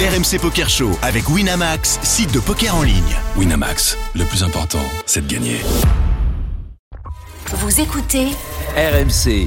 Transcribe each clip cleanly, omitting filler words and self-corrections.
RMC Poker Show avec Winamax, site de poker en ligne. Winamax, le plus important, c'est de gagner. Vous écoutez RMC.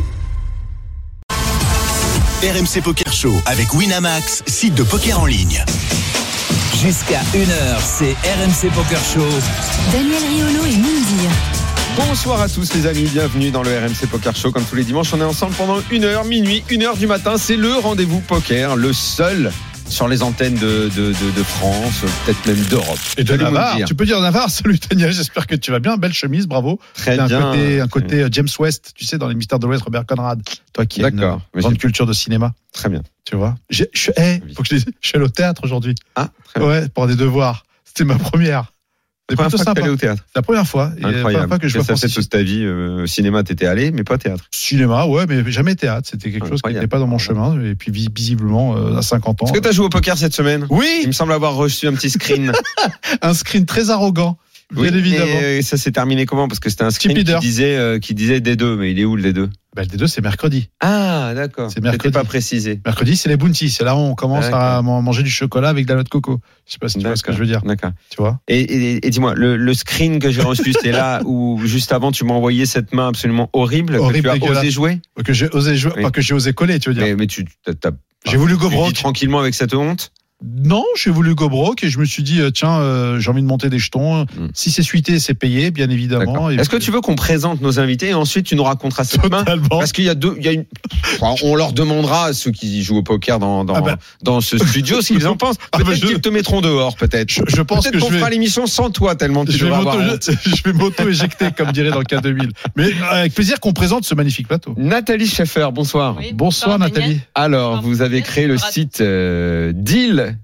RMC Poker Show avec Winamax, site de poker en ligne. Jusqu'à 1h, c'est RMC Poker Show. Daniel Riolo et Moundir. Bonsoir à tous les amis, bienvenue dans le RMC Poker Show. Comme tous les dimanches, on est ensemble pendant 1h, minuit, 1h du matin. C'est le rendez-vous poker, le seul sur les antennes de France, peut-être même d'Europe. Et de Navarre, tu peux dire Navarre. Salut Daniel, j'espère que tu vas bien. Belle chemise, bravo. Très bien. Un côté James West, tu sais, dans les Mystères de l'Ouest, Robert Conrad. Toi qui as une grande culture de cinéma. Très bien. Tu vois, faut que je suis allé au théâtre aujourd'hui. Ah, très bien. Ouais, pour des devoirs. C'était ma première. C'est plutôt sympa. Au théâtre. C'est la première fois. Incroyable. La première fois que je vois. Ça fait toute ta vie au cinéma, t'étais allé, mais pas théâtre. Cinéma, ouais, mais jamais théâtre. C'était quelque chose qui n'était pas dans mon chemin. Et puis visiblement, à 50 ans. Est-ce que t'as joué au poker cette semaine? Oui. Il me semble avoir reçu un petit screen. Un screen très arrogant. Oui, bien évidemment. Et ça s'est terminé comment? Parce que c'était un screen qui disait D2, mais il est où le D2? Le D2, c'est mercredi. Ah, d'accord. C'est mercredi. C'était pas précisé. Mercredi, c'est les bounties. C'est là où on commence à manger du chocolat avec de la noix de coco. Je sais pas si tu vois ce que je veux dire. D'accord. Tu vois. Et dis-moi, le screen que j'ai reçu, c'est là où juste avant tu m'as envoyé cette main absolument horrible que tu as osé jouer. Que j'ai osé jouer, pas que j'ai osé coller, tu veux dire. Mais j'ai voulu go broke tranquillement avec cette honte. Non, j'ai voulu go broke et je me suis dit tiens, j'ai envie de monter des jetons. Si c'est suité, c'est payé, bien évidemment. Est-ce que tu veux qu'on présente nos invités et ensuite tu nous raconteras cette main? Parce qu'il y a on leur demandera à ceux qui jouent au poker dans ce studio ce qu'ils en pensent. Peut-être qu'ils te mettront dehors, peut-être. Je pense que qu'on fera l'émission sans toi tellement tu devras avoir honte. Je vais m'auto-éjecter comme dirait dans le K2000. Mais avec plaisir qu'on présente ce magnifique plateau. Nathalie Schaeffer, bonsoir. Oui, bonsoir Nathalie. Alors, vous avez créé le site Dilem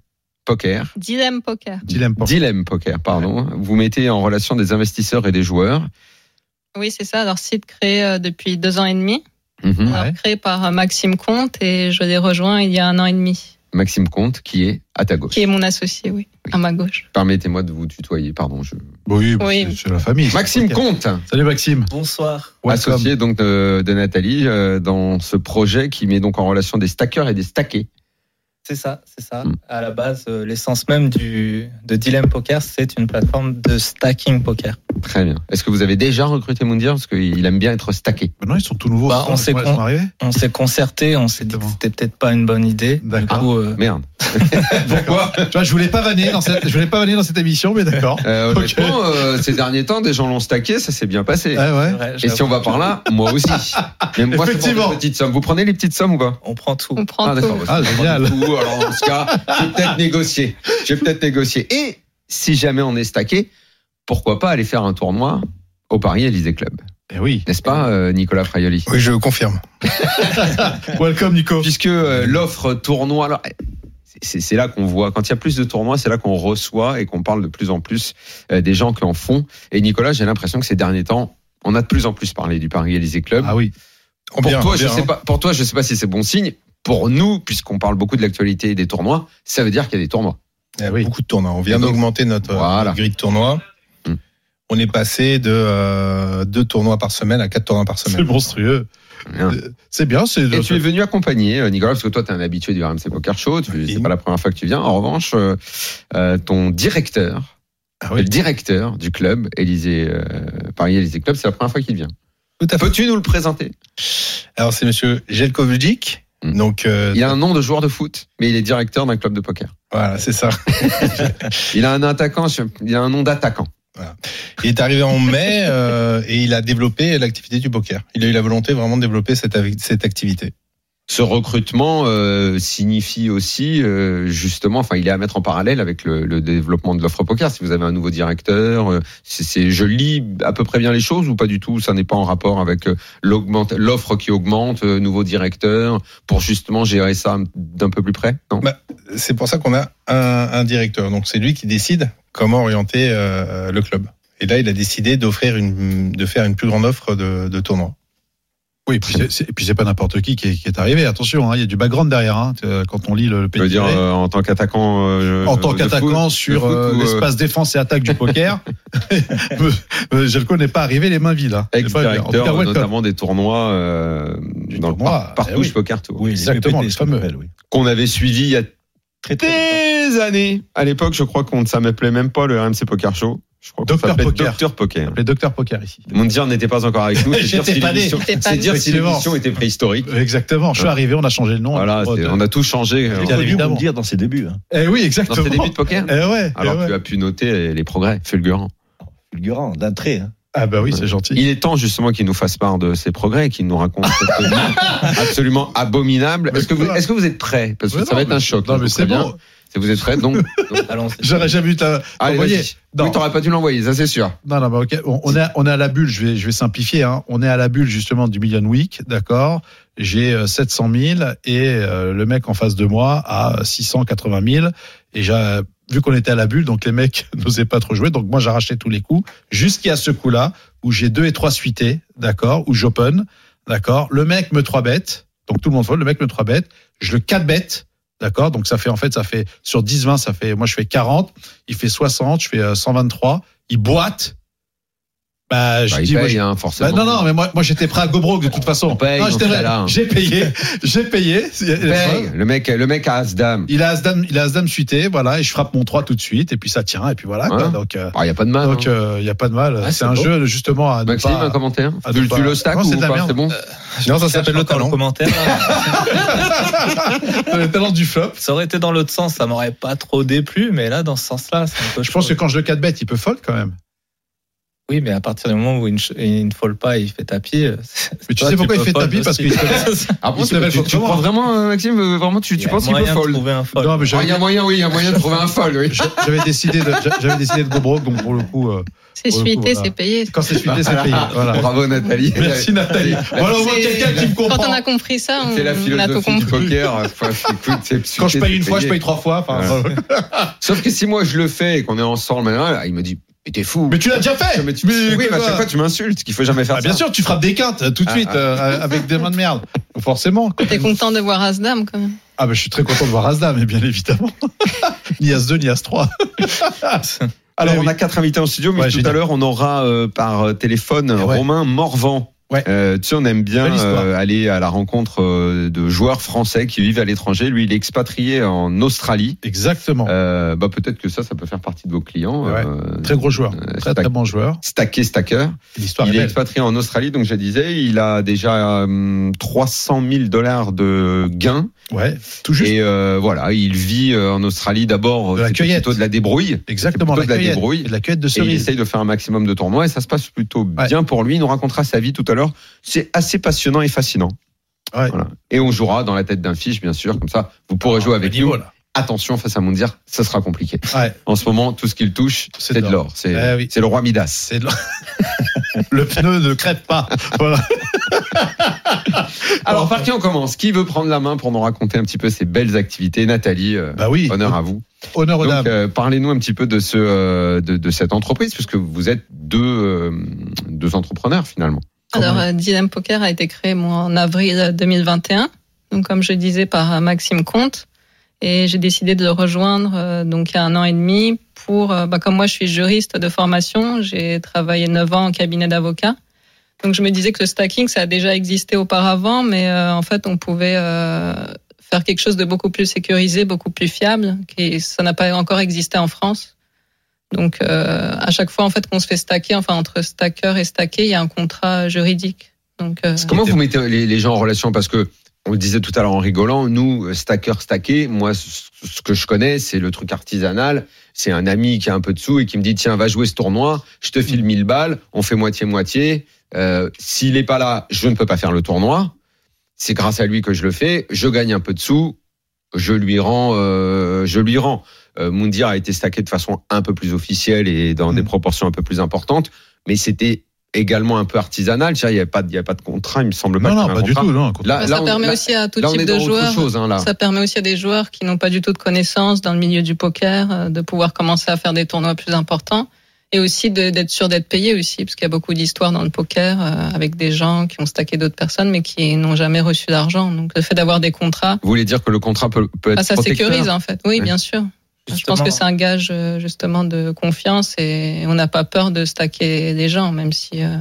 Poker, pardon. Vous mettez en relation des investisseurs et des joueurs. Oui, c'est ça. Alors, site créé depuis 2 ans et demi. Alors, créé par Maxime Comte et je l'ai rejoint il y a 1 an et demi. Maxime Comte, qui est à ta gauche. Qui est mon associé, oui, à ma gauche. Permettez-moi de vous tutoyer, pardon. Oui. C'est la famille. Maxime Comte. Salut Maxime. Bonsoir. Associé donc de Nathalie dans ce projet qui met donc en relation des stackers et des stackés. C'est ça. À la base, l'essence même de Dilem Poker, c'est une plateforme de stacking poker. Très bien. Est-ce que vous avez déjà recruté Moundir parce qu'il aime bien être stacké? Non, ils sont tout nouveaux. On s'est concerté, on s'est dit que c'était peut-être pas une bonne idée. D'accord. Merde. Pourquoi? Tu vois, je voulais pas vanner dans cette émission, mais d'accord. Honnêtement, ces derniers temps, des gens l'ont stacké, ça s'est bien passé. Ouais. Et si on va par là, moi aussi. Même moi, effectivement. Je prends des petites sommes. Vous prenez les petites sommes ou pas? On prend tout. D'accord. Génial. Alors en ce cas, je vais peut-être négocier. Et si jamais on est stacké, pourquoi pas aller faire un tournoi au Paris Élysée Club? Oui. N'est-ce pas, Nicolas Fraioli? Oui, je confirme. Welcome, Nico. Puisque l'offre tournoi, alors, c'est là qu'on voit, quand il y a plus de tournois, c'est là qu'on reçoit et qu'on parle de plus en plus des gens qui en font. Et Nicolas, j'ai l'impression que ces derniers temps, on a de plus en plus parlé du Paris Élysée Club. Ah oui. Pour toi, je sais pas si c'est bon signe. Pour nous, puisqu'on parle beaucoup de l'actualité et des tournois, ça veut dire qu'il y a des tournois. Oui. Beaucoup de tournois. On vient d'augmenter notre grille de tournois. On est passé de 2 tournois par semaine à 4 tournois par semaine. C'est monstrueux. C'est bien. Et tu es venu accompagner, Nicolas, parce que toi, tu es un habitué du RMC Poker Show. C'est pas la première fois que tu viens. En revanche, ton directeur, le directeur du club Paris Élysée Club, c'est la première fois qu'il vient. Tout à fait. Peux-tu nous le présenter? Alors, c'est monsieur Jelkovic. Donc, il a un nom de joueur de foot, mais il est directeur d'un club de poker. Voilà, c'est ça. Il a un nom d'attaquant. Voilà. Il est arrivé en mai et il a développé l'activité du poker. Il a eu la volonté vraiment de développer cette activité. Ce recrutement signifie aussi justement, il est à mettre en parallèle avec le développement de l'offre poker. Si vous avez un nouveau directeur, je lis à peu près bien les choses ou pas du tout? Ça n'est pas en rapport avec l'offre qui augmente, nouveau directeur, pour justement gérer ça d'un peu plus près, non? C'est pour ça qu'on a un directeur. Donc c'est lui qui décide comment orienter le club. Et là, il a décidé de faire une plus grande offre de tournois. Oui, et puis c'est pas n'importe qui est arrivé. Attention, il y a du background derrière. Quand on lit le pédigré. Tu veux dire en tant qu'attaquant en tant qu'attaquant sur l'espace défense et attaque du poker, Jelko n'est pas arrivé les mains vides. Ex-directeur notamment des tournois dans le Partouche Poker Tour. Oui, exactement, les fameux. Qu'on avait suivi il y a des années. À l'époque, je crois qu'on ne s'appelait même pas le RMC Poker Show. Je crois qu'on s'appelait Dr Poker. On s'appelait Dr Poker ici. Moundir n'était pas encore avec nous. J'étais pas né. C'est dire si l'émission était préhistorique. Exactement. Je suis arrivé, on a changé le nom. Voilà, on a tout changé. Bien évidemment. Dire dans ses débuts. Eh oui, exactement. Dans ses débuts de poker. Ouais. Alors tu as pu noter les progrès fulgurants. Fulgurant, d'un trait. Ah bah oui, c'est gentil. Il est temps justement qu'il nous fasse part de ses progrès, qu'il nous raconte cette vie absolument abominable. Est-ce que vous êtes prêts? Parce que ça va être un choc. Non mais c'est bon. Si vous êtes prêts, donc allons-y. J'aurais jamais eu envoyer. Oui, t'aurais pas dû l'envoyer, ça c'est sûr. Non, bah ok. On est à la bulle. Je vais simplifier. Hein. On est à la bulle justement du Million Week, d'accord. J'ai 700 000 et le mec en face de moi a 680 000 et vu qu'on était à la bulle, donc les mecs n'osaient pas trop jouer. Donc moi j'arrachais tous les coups jusqu'à ce coup-là où j'ai 2 et 3 suités, d'accord, où j'open, d'accord. Le mec me 3-bet, donc tout le monde fold. Le mec me 3-bet, je le 4-bet. D'accord, donc ça fait sur 10-20, ça fait, moi je fais 40, il fait 60, je fais 123, il boite. Je dis, paye, forcément. Non, mais moi j'étais prêt à go broke de toute façon. J'ai payé. Le mec a As-Dame. Il a As-Dame suité, voilà, et je frappe mon 3 tout de suite, et puis ça tient, et puis voilà, quoi. Donc, y a pas de mal. Donc, y a pas de mal. C'est un jeu, justement, à Maxime, un commentaire? Tu le stack ou pas? C'est bon? Non, ça s'appelle le talent. Commentaire. Le talent du flop. Ça aurait été dans l'autre sens, ça m'aurait pas trop déplu, mais là, dans ce sens-là, c'est un peu. Je pense que quand je le 4-bet, il peut fold quand même. Oui, mais à partir du moment où il ne fold pas, il fait tapis. Mais tu sais pourquoi il fait tapis? Parce qu'il tu crois vraiment, Maxime, vraiment, tu penses qu'il peut fold? Non, mais il y a moyen de trouver un fold, oui. J'avais décidé de go broke, donc pour le coup. C'est suité, c'est payé. Quand c'est suité, c'est payé. Voilà. Bravo, Nathalie. Merci, Nathalie. Voilà, on voit quelqu'un qui me comprend. Quand on a compris ça, c'est la philosophie du poker. Quand je paye une fois, je paye 3 fois. Sauf que si moi je le fais et qu'on est ensemble, il me dit, mais t'es fou. Mais tu l'as déjà fait. Oui, mais à chaque fois tu m'insultes, qu'il faut jamais faire ça. Bien sûr, tu frappes des quintes tout de suite avec des mains de merde. Forcément. T'es content de voir As-Dame quand même. Ah je suis très content de voir As-Dame, mais bien évidemment. Ni As-2, ni As-3. Alors on a 4 invités en studio, mais tout à l'heure on aura par téléphone Romain Morvan. Tu sais, on aime bien aller à la rencontre de joueurs français qui vivent à l'étranger. Lui, il est expatrié en Australie. Exactement. Peut-être que ça peut faire partie de vos clients. Très gros joueur, très bon joueur. Stacker. Il est expatrié en Australie, donc je disais, il a déjà $300,000 de gains. Ouais, tout juste. Et voilà, il vit en Australie d'abord plutôt de la débrouille. Exactement, de la débrouille. Et de la cueillette de cerises. Et il essaye de faire un maximum de tournois et ça se passe plutôt bien pour lui. Il nous racontera sa vie tout à l'heure. C'est assez passionnant et fascinant. Voilà. Et on jouera dans la tête d'un fiche, bien sûr, comme ça, vous pourrez jouer avec nous. Attention, face à Moundir, ça sera compliqué. En ce moment, tout ce qu'il touche, c'est de l'or. C'est le roi Midas. C'est de l'or. Le pneu ne crève pas. Voilà. Alors, par qui on commence? Qui veut prendre la main pour nous raconter un petit peu ses belles activités? Nathalie, honneur à vous. Honneur aux dames. Parlez-nous un petit peu de cette entreprise, puisque vous êtes deux entrepreneurs finalement. Alors, Dilemme Poker a été créé en avril 2021, donc comme je disais par Maxime Comte, et j'ai décidé de le rejoindre donc il y a 1 an et demi pour, comme moi je suis juriste de formation, j'ai travaillé 9 ans en cabinet d'avocat, donc je me disais que le stacking ça a déjà existé auparavant, mais en fait on pouvait faire quelque chose de beaucoup plus sécurisé, beaucoup plus fiable, qui ça n'a pas encore existé en France. Donc, à chaque fois, en fait, qu'on se fait stacker, entre stacker et stacké, il y a un contrat juridique. Donc, comment vous mettez les gens en relation? Parce que, on le disait tout à l'heure en rigolant, nous, stacké, moi, ce que je connais, c'est le truc artisanal. C'est un ami qui a un peu de sous et qui me dit, tiens, va jouer ce tournoi, je te file 1000 balles, on fait moitié-moitié. S'il est pas là, je ne peux pas faire le tournoi. C'est grâce à lui que je le fais. Je gagne un peu de sous, je lui rends. Moundir a été stacké de façon un peu plus officielle et dans des proportions un peu plus importantes, mais c'était également un peu artisanal. Il n'y a pas de contrat, il me semble pas. Non, pas du tout. Non. Ça permet aussi à tout type de joueurs. Ça permet aussi à des joueurs qui n'ont pas du tout de connaissances dans le milieu du poker de pouvoir commencer à faire des tournois plus importants et aussi d'être sûr d'être payé aussi, parce qu'il y a beaucoup d'histoires dans le poker avec des gens qui ont stacké d'autres personnes mais qui n'ont jamais reçu d'argent. Donc le fait d'avoir des contrats. Vous voulez dire que le contrat peut être ça protecteur? sécurise en fait. Oui, bien sûr. Justement. Je pense que c'est un gage justement de confiance et on n'a pas peur de stacker des gens, même si.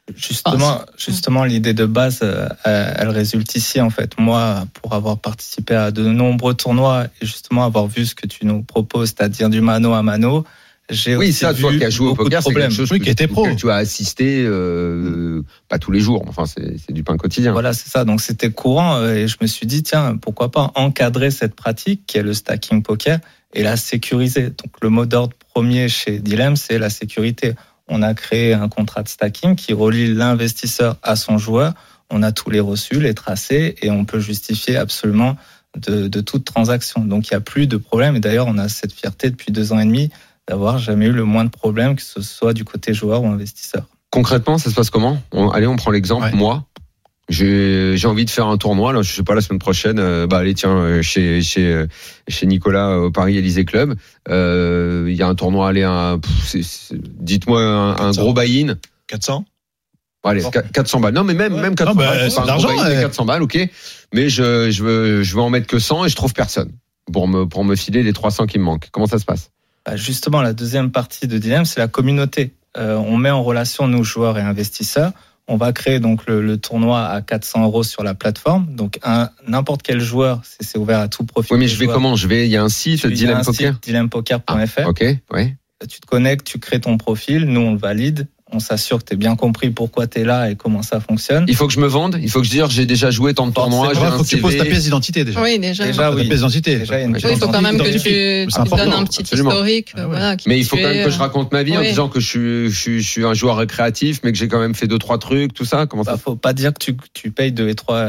Justement, l'idée de base, elle résulte ici, en fait. Moi, pour avoir participé à de nombreux tournois et justement avoir vu ce que tu nous proposes, c'est-à-dire du mano à mano, j'ai aussi ça, vu toi qui as joué au poker, c'est quelque chose qui était pro. que tu as assisté, pas tous les jours. Enfin, c'est du pain quotidien. Voilà, c'est ça. Donc, c'était courant et je me suis dit, tiens, pourquoi pas encadrer cette pratique qui est le stacking poker et la sécuriser. Donc, le mot d'ordre premier chez Dilem, c'est la sécurité. On a créé un contrat de stacking qui relie l'investisseur à son joueur. On a tous les reçus, les tracés, et on peut justifier absolument de toute transaction. Donc, il n'y a plus de problème. Et d'ailleurs, on a cette fierté depuis 2 ans et demi d'avoir jamais eu le moindre problème, que ce soit du côté joueur ou investisseur. Concrètement, ça se passe comment ? On prend l'exemple. Ouais. Moi, j'ai envie de faire un tournoi. Là, je sais pas, la semaine prochaine. Allez, tiens, chez Nicolas au Paris Élysée Club, il y a un tournoi. Allez, dites-moi un gros buy-in. 400. Allez, 400 balles. Non, mais même 400 balles. C'est de l'argent. 400 balles, ok. Mais je veux en mettre que 100 et je trouve personne pour me filer les 300 qui me manquent. Comment ça se passe ? Justement, la deuxième partie de Dilem, c'est la communauté. On met en relation nos joueurs et investisseurs. On va créer donc le tournoi à 400 € sur la plateforme. Donc n'importe quel joueur, c'est ouvert à tout profil. Oui, mais je vais comment ? Il y a un site, Dilem Poker. Dilempoker.fr. Ok, ouais. Tu te connectes, tu crées ton profil, nous on le valide. On s'assure que tu as bien compris pourquoi tu es là et comment ça fonctionne. Il faut que je me vende. Il faut que je dise j'ai déjà joué tant de tournois. Il faut que tu poses ta pièce d'identité déjà. Oui, déjà. Oui. Ta pièce d'identité. Il faut quand même que tu donnes un petit historique. Voilà, mais il faut quand même que je raconte ma vie en disant que je suis un joueur récréatif, mais que j'ai quand même fait 2-3 trucs, tout ça. Comment ça ? Faut pas dire que tu payes 2 et 3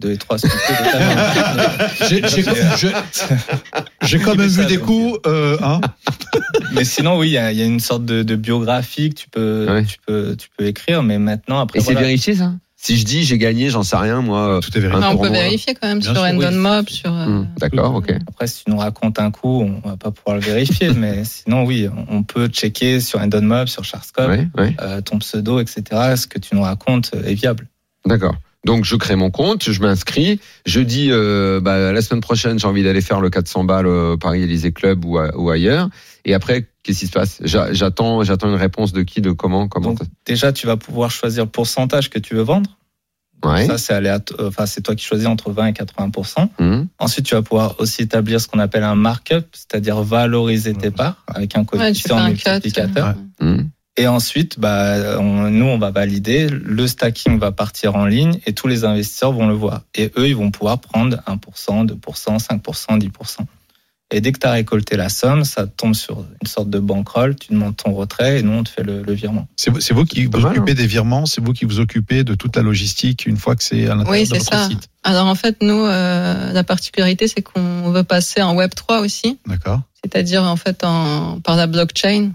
J'ai quand même vu des coups. Mais sinon, oui, il y a une sorte de biographie que tu peux écrire, mais maintenant après. Et c'est vérifié ça ? Si je dis j'ai gagné, j'en sais rien moi. Tout est vérifié. On peut vérifier quand même sur Random Mob, sur. D'accord, ok. Après, si tu nous racontes un coup, on va pas pouvoir le vérifier, mais sinon oui, on peut checker sur Random Mob, sur Charscope, ton pseudo, etc. Ce que tu nous racontes est viable. D'accord. Donc je crée mon compte, je m'inscris, je dis la semaine prochaine j'ai envie d'aller faire le 400 balles au Paris Élysée Club ou ailleurs. Et après, qu'est-ce qui se passe ? J'attends une réponse de qui, de comment Donc, déjà, tu vas pouvoir choisir le pourcentage que tu veux vendre. Ouais. Ça, c'est toi qui choisis entre 20 et 80%. Ensuite, tu vas pouvoir aussi établir ce qu'on appelle un markup, c'est-à-dire valoriser tes parts avec un coefficient multiplicateur. Et ensuite, nous, on va valider, le stacking va partir en ligne et tous les investisseurs vont le voir. Et eux, ils vont pouvoir prendre 1%, 2%, 5%, 10%. Et dès que tu as récolté la somme, ça tombe sur une sorte de bankroll, tu demandes ton retrait et nous, on te fait le virement. C'est vous qui vous occupez des virements, c'est vous qui vous occupez de toute la logistique une fois que c'est à l'intérieur de votre site. Alors en fait, nous, la particularité, c'est qu'on veut passer en Web3 aussi. D'accord. C'est-à-dire en fait par la blockchain.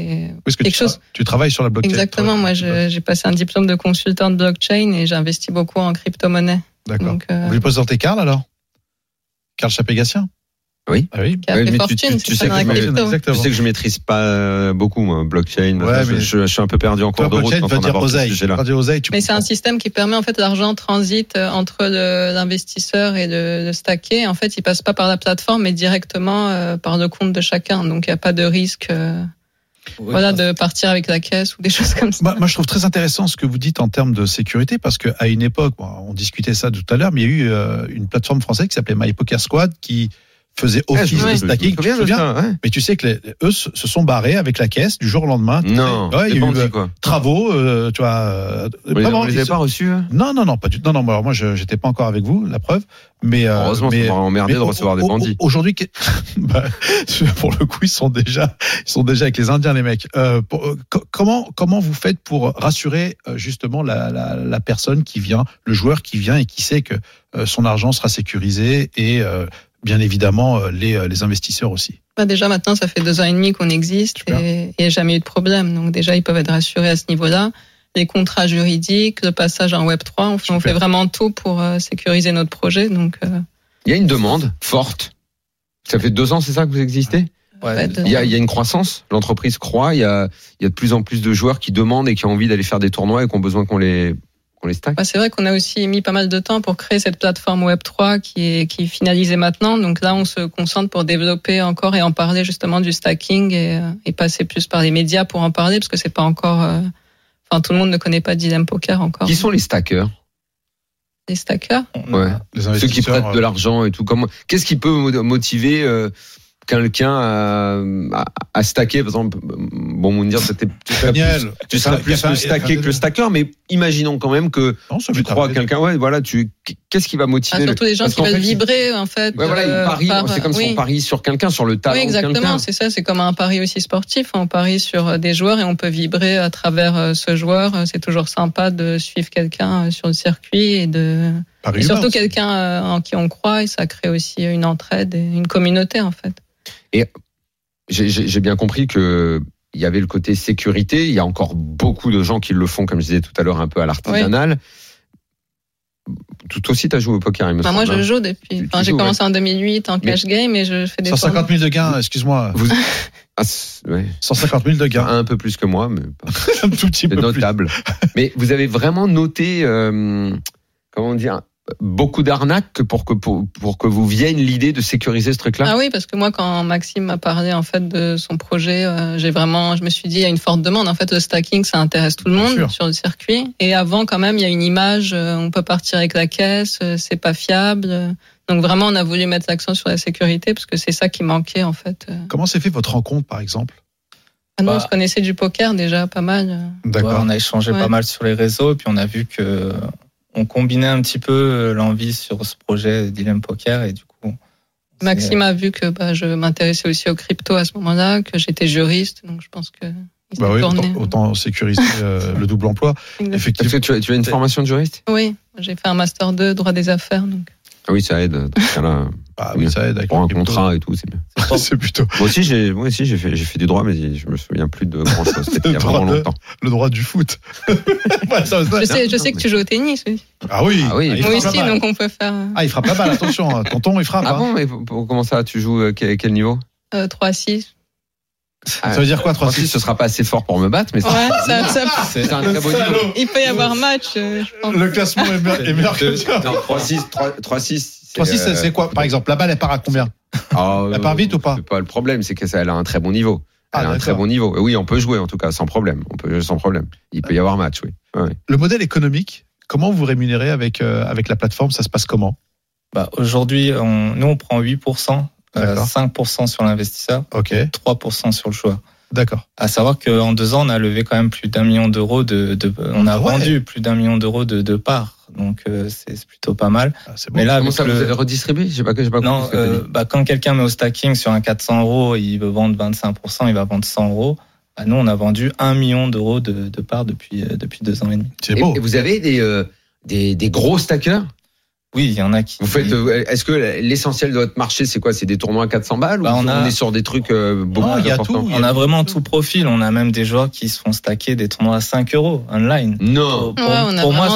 Tu travailles sur la blockchain. Exactement. Moi, j'ai passé un diplôme de consultant de blockchain et j'investis beaucoup en crypto-monnaie. D'accord. Vous lui posez Karl alors ? Karl Chapégassien ? Oui. Ah oui. Mais tu sais que je maîtrise pas beaucoup moi, blockchain. Je suis un peu perdu en cours de route. Blockchain veut dire oseille. Mais c'est un système qui permet en fait l'argent transite entre l'investisseur et le stacké. En fait, il passe pas par la plateforme, mais directement par le compte de chacun. Donc il y a pas de risque. De partir avec la caisse ou des choses comme ça. Moi, je trouve très intéressant ce que vous dites en termes de sécurité, parce que à une époque, on discutait ça tout à l'heure, mais il y a eu une plateforme française qui s'appelait My Poker Squad qui faisait office de stacking. Tu te souviens ? Mais tu sais que eux se sont barrés avec la caisse du jour au lendemain. Non. Il y a eu travaux, tu vois. On les avait pas reçus. Non, pas du tout. Non, alors moi, j'étais pas encore avec vous, la preuve. Mais heureusement, ça m'aurait emmerdé de recevoir des bandits. Aujourd'hui, pour le coup, ils sont déjà avec les Indiens, les mecs. Comment vous faites pour rassurer justement la personne qui vient, le joueur qui vient et qui sait que son argent sera sécurisé et bien évidemment les investisseurs aussi. Déjà maintenant, ça fait 2 ans et demi qu'on existe et il n'y a jamais eu de problème. Donc déjà, ils peuvent être rassurés à ce niveau-là. Les contrats juridiques, le passage en Web3, on fait vraiment tout pour sécuriser notre projet. Donc, il y a une demande forte. Ça fait 2 ans, c'est ça que vous existez ? Il y a une croissance, l'entreprise croît, il y a de plus en plus de joueurs qui demandent et qui ont envie d'aller faire des tournois et qui ont besoin qu'on les stack. C'est vrai qu'on a aussi mis pas mal de temps pour créer cette plateforme Web3 qui est finalisée maintenant. Donc là, on se concentre pour développer encore et en parler justement du stacking et passer plus par les médias pour en parler parce que c'est pas encore... enfin, tout le monde ne connaît pas Dilemme Poker encore. Qui sont les stackers? Les stackers? Ouais. Les Ceux qui prêtent de l'argent et tout. Qu'est-ce qui peut motiver quelqu'un à stacker, par exemple? Bon, Moundir, tu serais plus le stacker que le stacker, mais imaginons quand même que tu crois à quelqu'un. Ouais, voilà, qu'est-ce qui va motiver? Surtout les gens qui veulent vibrer, en fait. Ouais, voilà, ils parient, c'est comme si on parie sur quelqu'un, sur le talent. Oui, exactement, de quelqu'un. c'est ça, c'est comme un pari aussi sportif. On parie sur des joueurs et on peut vibrer à travers ce joueur. C'est toujours sympa de suivre quelqu'un sur le circuit et surtout quelqu'un en qui on croit, et ça crée aussi une entraide et une communauté, en fait. Et j'ai bien compris que il y avait le côté sécurité. Il y a encore beaucoup de gens qui le font, comme je disais tout à l'heure, un peu à l'artisanal. Toi aussi, tu as joué au poker, il me semble. Moi, je joue depuis. J'ai commencé en 2008 en cash game et je fais des 150 000 de gains, excuse-moi. 150 000 de gains. Un peu plus que moi, mais un tout petit peu notable. Mais vous avez vraiment noté, comment dire, beaucoup d'arnaques pour que vous vienne l'idée de sécuriser ce truc-là? Ah oui, parce que moi, quand Maxime m'a parlé en fait de son projet, je me suis dit, il y a une forte demande. En fait, le stacking, ça intéresse tout le monde sur le circuit. Et avant, quand même, il y a une image, on peut partir avec la caisse, c'est pas fiable. Donc vraiment, on a voulu mettre l'accent sur la sécurité parce que c'est ça qui manquait en fait. Comment s'est fait votre rencontre, par exemple? Nous, on se connaissait du poker déjà pas mal. D'accord. On a échangé pas mal sur les réseaux et puis on a vu que on combinait un petit peu l'envie sur ce projet Dilemme Poker et du coup. Maxime a vu que je m'intéressais aussi aux crypto à ce moment-là, que j'étais juriste, donc je pense que. Autant sécuriser le double emploi. Effectivement. Parce que tu as une formation de juriste? Oui, j'ai fait un master 2 droit des affaires. Donc. Ah oui, ça aide. Dans ce cas-là. Oui, ça aide. Pour un contrat et tout, c'est bien. C'est plutôt. Moi aussi, j'ai fait du droit, mais je me souviens plus de grand chose. C'était il y a vraiment longtemps. Le droit du foot. Je sais que tu joues au tennis, oui. Ah oui. Moi aussi, donc on peut faire. Ah, il frappe la balle, attention. Tonton, il frappe. Ah bon, mais comment ça? Tu joues quel niveau? 3-6. Ça veut dire quoi, 3-6? Ce sera pas assez fort pour me battre, mais c'est un très beau niveau. Il peut y avoir match. Le classement est meilleur que ça. Non, 3-6. 3-6, c'est quoi? Par exemple, la balle, elle part à combien? Elle part vite ou pas? C'est pas le problème, c'est qu'elle a un très bon niveau. Elle a un très bon niveau. Oui, on peut jouer en tout cas, sans problème. On peut jouer sans problème. Il peut y avoir match, oui. Le modèle économique, comment vous rémunérez avec la plateforme? Ça se passe comment? Aujourd'hui, nous, on prend 8%. 5% sur l'investisseur, 3% sur le joueur. D'accord. À savoir qu'en 2 ans, on a levé quand même plus d'1 million d'euros on a vendu plus d'1 million d'euros de parts. Donc, c'est plutôt pas mal. C'est bon. Mais là, comment ça, vous avez redistribué? J'ai pas non, quand quelqu'un met au stacking sur un 400 euros, il veut vendre 25%, il va vendre 100 euros. Nous, on a vendu 1 million d'euros de parts depuis 2 ans et demi. C'est beau. Et vous avez des gros stackers? Oui, il y en a qui. Vous faites. Est-ce que l'essentiel de votre marché, c'est quoi? C'est des tournois à 400 balles ou on est sur des trucs beaucoup plus importants? On a vraiment tout profil. On a même des joueurs qui se font stacker des tournois à 5 euros online. Non. Pour moi,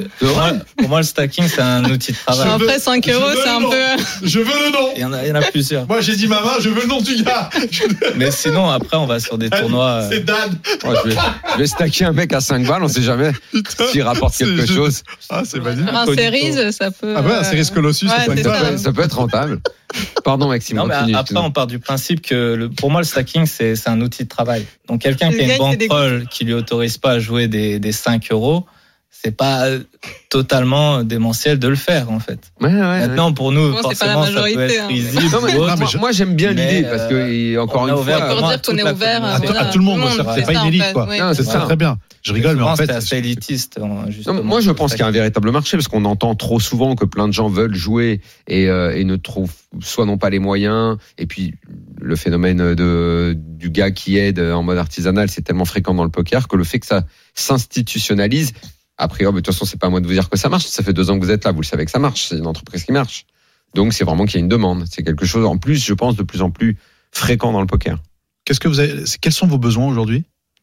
le stacking, c'est un outil de travail. Après 5 euros, c'est un peu. Je veux le nom. Il y en a plusieurs. Moi, j'ai dit maman, je veux le nom du gars. Mais sinon, après, on va sur des tournois. C'est Dan. Je vais stacker un mec à 5 balles. On sait jamais s'il rapporte quelque chose. Ah, c'est magnifique. Un series, ça peut. Ah ouais, c'est Colossus, ça peut être rentable. Pardon, Maxime. Non, mais après, on part du principe que pour moi, le stacking, c'est un outil de travail. Donc, quelqu'un qui a une bankroll qui lui autorise pas à jouer des 5 euros, c'est pas totalement démentiel de le faire, en fait. Maintenant, pour nous, forcément, ça peut être risible. Moi, j'aime bien l'idée parce que, encore une fois. Pour dire qu'on est ouvert à tout le monde. C'est pas une élite, quoi. C'est ça, très bien. Je rigole, mais en fait. C'est assez élitiste. Moi, je pense qu'il y a un véritable marché parce qu'on entend trop souvent que plein de gens veulent jouer et ne trouvent soit non pas les moyens. Et puis, le phénomène du gars qui aide en mode artisanal, c'est tellement fréquent dans le poker que le fait que ça s'institutionnalise, après, de toute façon, c'est pas à moi de vous dire que ça marche. Ça fait 2 ans que vous êtes là. Vous le savez que ça marche. C'est une entreprise qui marche. Donc, c'est vraiment qu'il y a une demande. C'est quelque chose, en plus, je pense, de plus en plus fréquent dans le poker. Quels sont vos besoins aujourd'hui?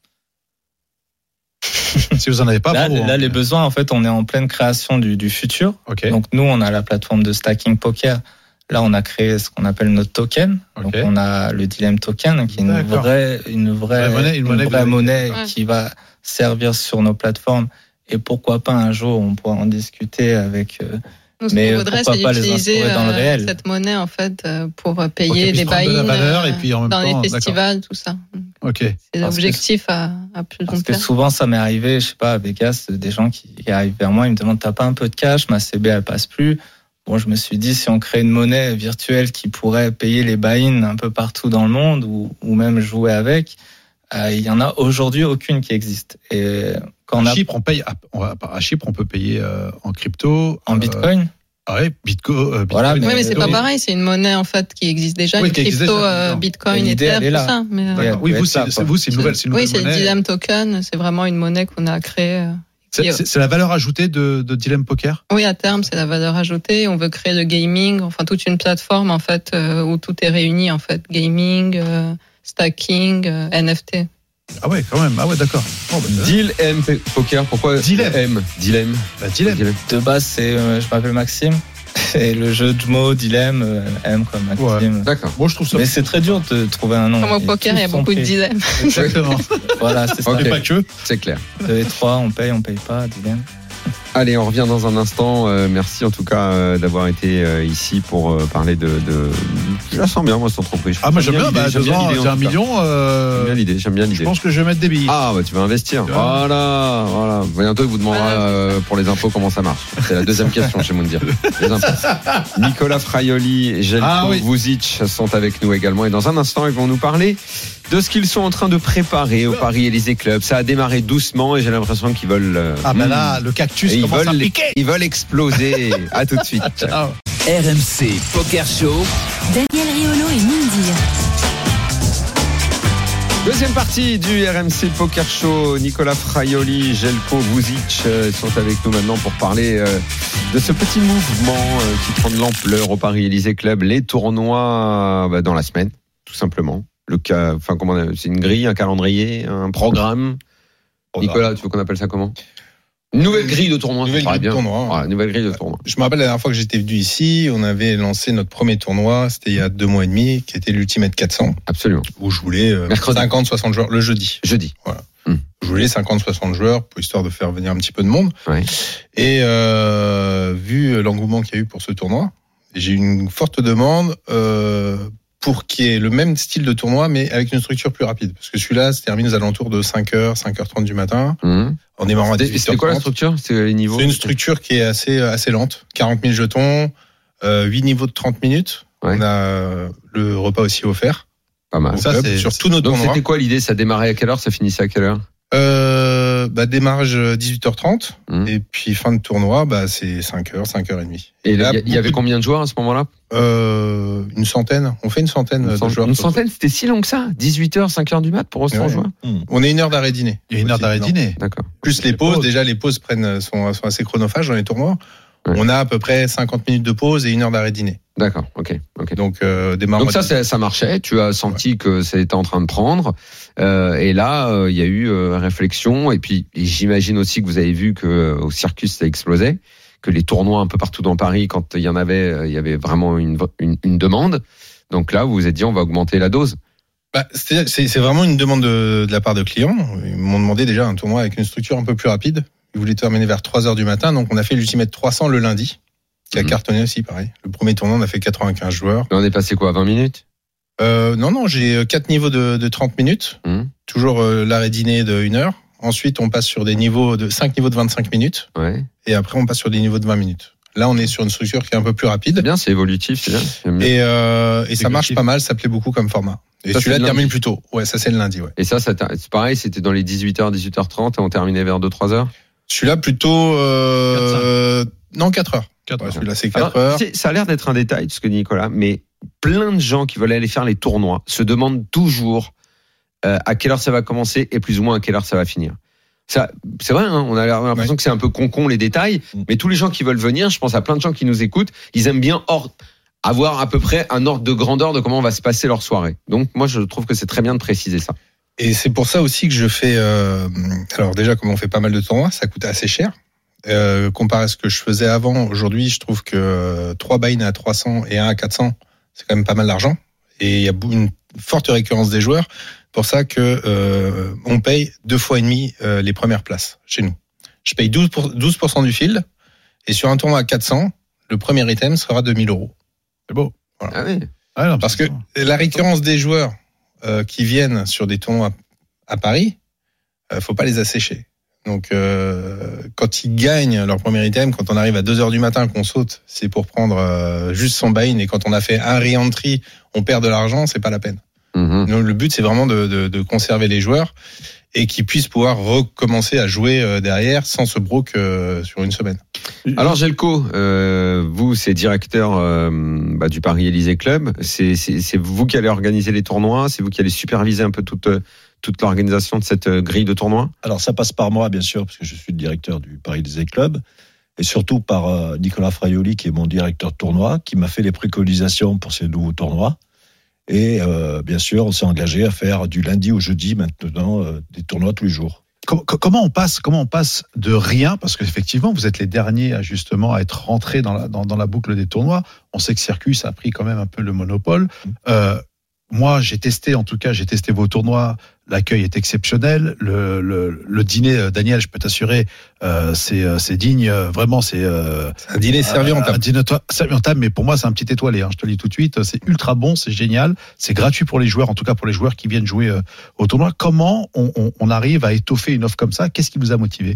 Si vous en avez pas, là, les besoins, en fait, on est en pleine création du futur. Donc, nous, on a la plateforme de stacking poker. Là, on a créé ce qu'on appelle notre token. Donc, on a le Dilemme Token, qui est une vraie monnaie qui va servir sur nos plateformes. Et pourquoi pas un jour, on pourra en discuter avec. Mais pourquoi pas les instaurer dans le réel. Cette monnaie, en fait, pour payer des buy-in dans les festivals, tout ça. Ok. C'est l'objectif à plus long Parce que terme. souvent, ça m'est arrivé, je sais pas, à Vegas, des gens qui arrivent vers moi, ils me demandent, t'as pas un peu de cash? Ma CB, elle passe plus. Bon, je me suis dit, si on crée une monnaie virtuelle qui pourrait payer les buy-in un peu partout dans le monde ou même jouer avec, il y en a aujourd'hui aucune qui existe. Et quand Chypre, à Chypre, on peut payer en crypto. En Bitcoin? Ouais, Bitcoin. Voilà, Oui, mais c'est pas pareil. C'est une monnaie en fait qui existe déjà, Oui, une qui existe crypto, déjà. Bitcoin, L'idée, Ether, elle est tout là. ça. Mais, Ouais. Oui, vous, ça, c'est quoi. une nouvelle oui, c'est le monnaie. Dilem Token. C'est vraiment une monnaie qu'on a créée. C'est la valeur ajoutée de Dilem Poker. Oui, à terme, c'est la valeur ajoutée. On veut créer le gaming, enfin toute une plateforme en fait où tout est réuni en fait, gaming, stacking, NFT. Ah ouais, quand même. Ah ouais, d'accord. Oh, bah, Dilem Poker, pourquoi Dilem. Dilem. Bah, Dilem. De base, je m'appelle Maxime. Et le jeu de mots, dilemme, M comme Maxime. Ouais. D'accord. Moi, je trouve ça. Mais c'est très dur de trouver un nom. Comme au poker, il y a beaucoup de dilemmes. Exactement. Voilà, c'est ça. Ok. Et pas que. C'est clair. 2 et 3, on paye pas, dilemme. Allez, on revient dans un instant. Merci en tout cas d'avoir été ici pour parler de. Je la sens bien, moi, cette entreprise. Ah, moi, j'aime bien. l'idée, Bah, j'aime bien l'idée, j'ai en un tout cas. million. J'aime bien Je l'idée. pense que je vais mettre des billes. Ah, bah tu vas investir. Tu vois. Voilà. Bientôt, il vous demandera pour les impôts comment ça marche. C'est la deuxième question chez Moundir. Les impôts. Nicolas Fraioli et Jelko Vuzic sont avec nous également. Et dans un instant, ils vont nous parler de ce qu'ils sont en train de préparer au Paris Élysée Club. Ça a démarré doucement et j'ai l'impression qu'ils veulent. Ah, ben là, le cactus ils commence à piquer. Ils veulent exploser. À tout de suite. Ciao. RMC Poker Show. Daniel Riolo et Moundir. Deuxième partie du RMC Poker Show. Nicolas Fraioli, Jelko Vuzic sont avec nous maintenant pour parler de ce petit mouvement qui prend de l'ampleur au Paris Élysée Club. Les tournois dans la semaine, tout simplement. C'est une grille, un calendrier, un programme. Nicolas, tu veux qu'on appelle ça comment? Une nouvelle grille de tournoi. Nouvelle grille de tournoi. Voilà, nouvelle grille de tournoi. Je me rappelle la dernière fois que j'étais venu ici, on avait lancé notre premier tournoi, c'était il y a 2 mois et demi, qui était l'Ultimate 400. Absolument. Où je voulais 50-60 joueurs le jeudi. Voilà. Je voulais 50-60 joueurs pour histoire de faire venir un petit peu de monde. Ouais. Et vu l'engouement qu'il y a eu pour ce tournoi, j'ai eu une forte demande pour qu'il y ait le même style de tournoi, mais avec une structure plus rapide. Parce que celui-là se termine aux alentours de 5h, 5h30 du matin. En démarrant à 18h30. C'était quoi la structure? C'est les niveaux? C'est une structure qui est assez lente. 40 000 jetons, 8 niveaux de 30 minutes. Ouais. On a le repas aussi offert. Pas mal. Ça, c'est sur tous nos Donc tournois. c'était quoi l'idée? Ça démarrait à quelle heure? Ça finissait à quelle heure? Démarrage 18h30 et puis fin de tournoi, c'est 5h, 5h30. Et là, il y avait combien de joueurs à ce moment-là? Une centaine. On fait une centaine de joueurs. Une centaine, c'était si long que ça? 18h, 5h du mat pour 100 joueurs? On est 1 heure d'arrêt dîner. Il y a 1 heure d'arrêt dîner. D'accord. Plus les pauses. Déjà, les pauses sont assez chronophages dans les tournois. Ouais. On a à peu près 50 minutes de pause et 1 heure d'arrêt dîner. D'accord, ok. Donc, Donc ça marchait. Tu as senti que ça était en train de prendre. Et là, il y a eu réflexion. Et puis, j'imagine aussi que vous avez vu que au Circus ça explosait, que les tournois un peu partout dans Paris, quand il y avait vraiment une demande. Donc là, vous vous êtes dit, on va augmenter la dose. C'est vraiment une demande de la part de clients. Ils m'ont demandé déjà un tournoi avec une structure un peu plus rapide. Ils voulaient terminer vers 3h du matin. Donc, on a fait l'Ultimate 300 le lundi, qui a cartonné aussi, pareil. Le premier tournoi, on a fait 95 joueurs. Et on est passé quoi, 20 minutes? Non, j'ai 4 niveaux de 30 minutes. Toujours l'arrêt dîner de 1 heure. Ensuite, on passe sur des niveaux de 5 niveaux de 25 minutes. Ouais. Et après, on passe sur des niveaux de 20 minutes. Là, on est sur une structure qui est un peu plus rapide. C'est bien, c'est évolutif, c'est bien. Et ça marche pas mal, ça plaît beaucoup comme format. Et celui-là termine plus tôt. Ouais, ça c'est le lundi, ouais. Et ça c'est pareil, c'était dans les 18h, 18h30 et on terminait vers 2-3h? Celui-là plutôt 4 heures. 4 heures. Celui-là c'est 4 heures. Ça a l'air d'être un détail, ce que dit Nicolas, mais plein de gens qui veulent aller faire les tournois se demandent toujours à quelle heure ça va commencer et plus ou moins à quelle heure ça va finir. Ça, c'est vrai, on a l'impression que c'est un peu con les détails, mais tous les gens qui veulent venir, je pense à plein de gens qui nous écoutent, ils aiment bien avoir à peu près un ordre de grandeur de comment va se passer leur soirée. Donc moi je trouve que c'est très bien de préciser ça. Et c'est pour ça aussi que je fais... alors déjà, comme on fait pas mal de tournois, ça coûte assez cher. Comparé à ce que je faisais avant, aujourd'hui, je trouve que 3 buy-in à 300 et 1 à 400, c'est quand même pas mal d'argent. Et il y a une forte récurrence des joueurs. Pour ça que on paye 2 fois et demi les premières places chez nous. Je paye 12% du field. Et sur un tournoi à 400, le premier item sera 2 000 €. C'est beau. Voilà. Ah oui. Ah non, parce que la récurrence des joueurs qui viennent sur des tournois à Paris, faut pas les assécher. Donc, quand ils gagnent leur premier item, quand on arrive à 2h du matin qu'on saute, c'est pour prendre juste son buy-in, et quand on a fait un re-entry, on perd de l'argent, c'est pas la peine. Donc, le but, c'est vraiment de conserver les joueurs et qu'ils puissent pouvoir recommencer à jouer derrière sans se broke sur une semaine. Alors Jelko, vous, c'est directeur du Paris Élysée Club. C'est vous qui allez organiser les tournois, c'est vous qui allez superviser un peu toute l'organisation de cette grille de tournois? Alors ça passe par moi, bien sûr, parce que je suis le directeur du Paris Élysée Club, et surtout par Nicolas Fraioli, qui est mon directeur de tournoi, qui m'a fait les préconisations pour ces nouveaux tournois. Et bien sûr, on s'est engagé à faire du lundi au jeudi maintenant des tournois tous les jours. Comment on passe de rien, parce qu'effectivement vous êtes les derniers à être rentrés dans la boucle des tournois. On sait que Circus a pris quand même un peu le monopole. Moi, j'ai testé vos tournois. L'accueil est exceptionnel. Le dîner, Daniel, je peux t'assurer, c'est digne. Vraiment, c'est un dîner servi en table. Un dîner servi en table, mais pour moi, c'est un petit étoilé. Je te le dis tout de suite. C'est ultra bon, c'est génial. C'est gratuit pour les joueurs, en tout cas pour les joueurs qui viennent jouer au tournoi. Comment on arrive à étoffer une offre comme ça? Qu'est-ce qui vous a motivé?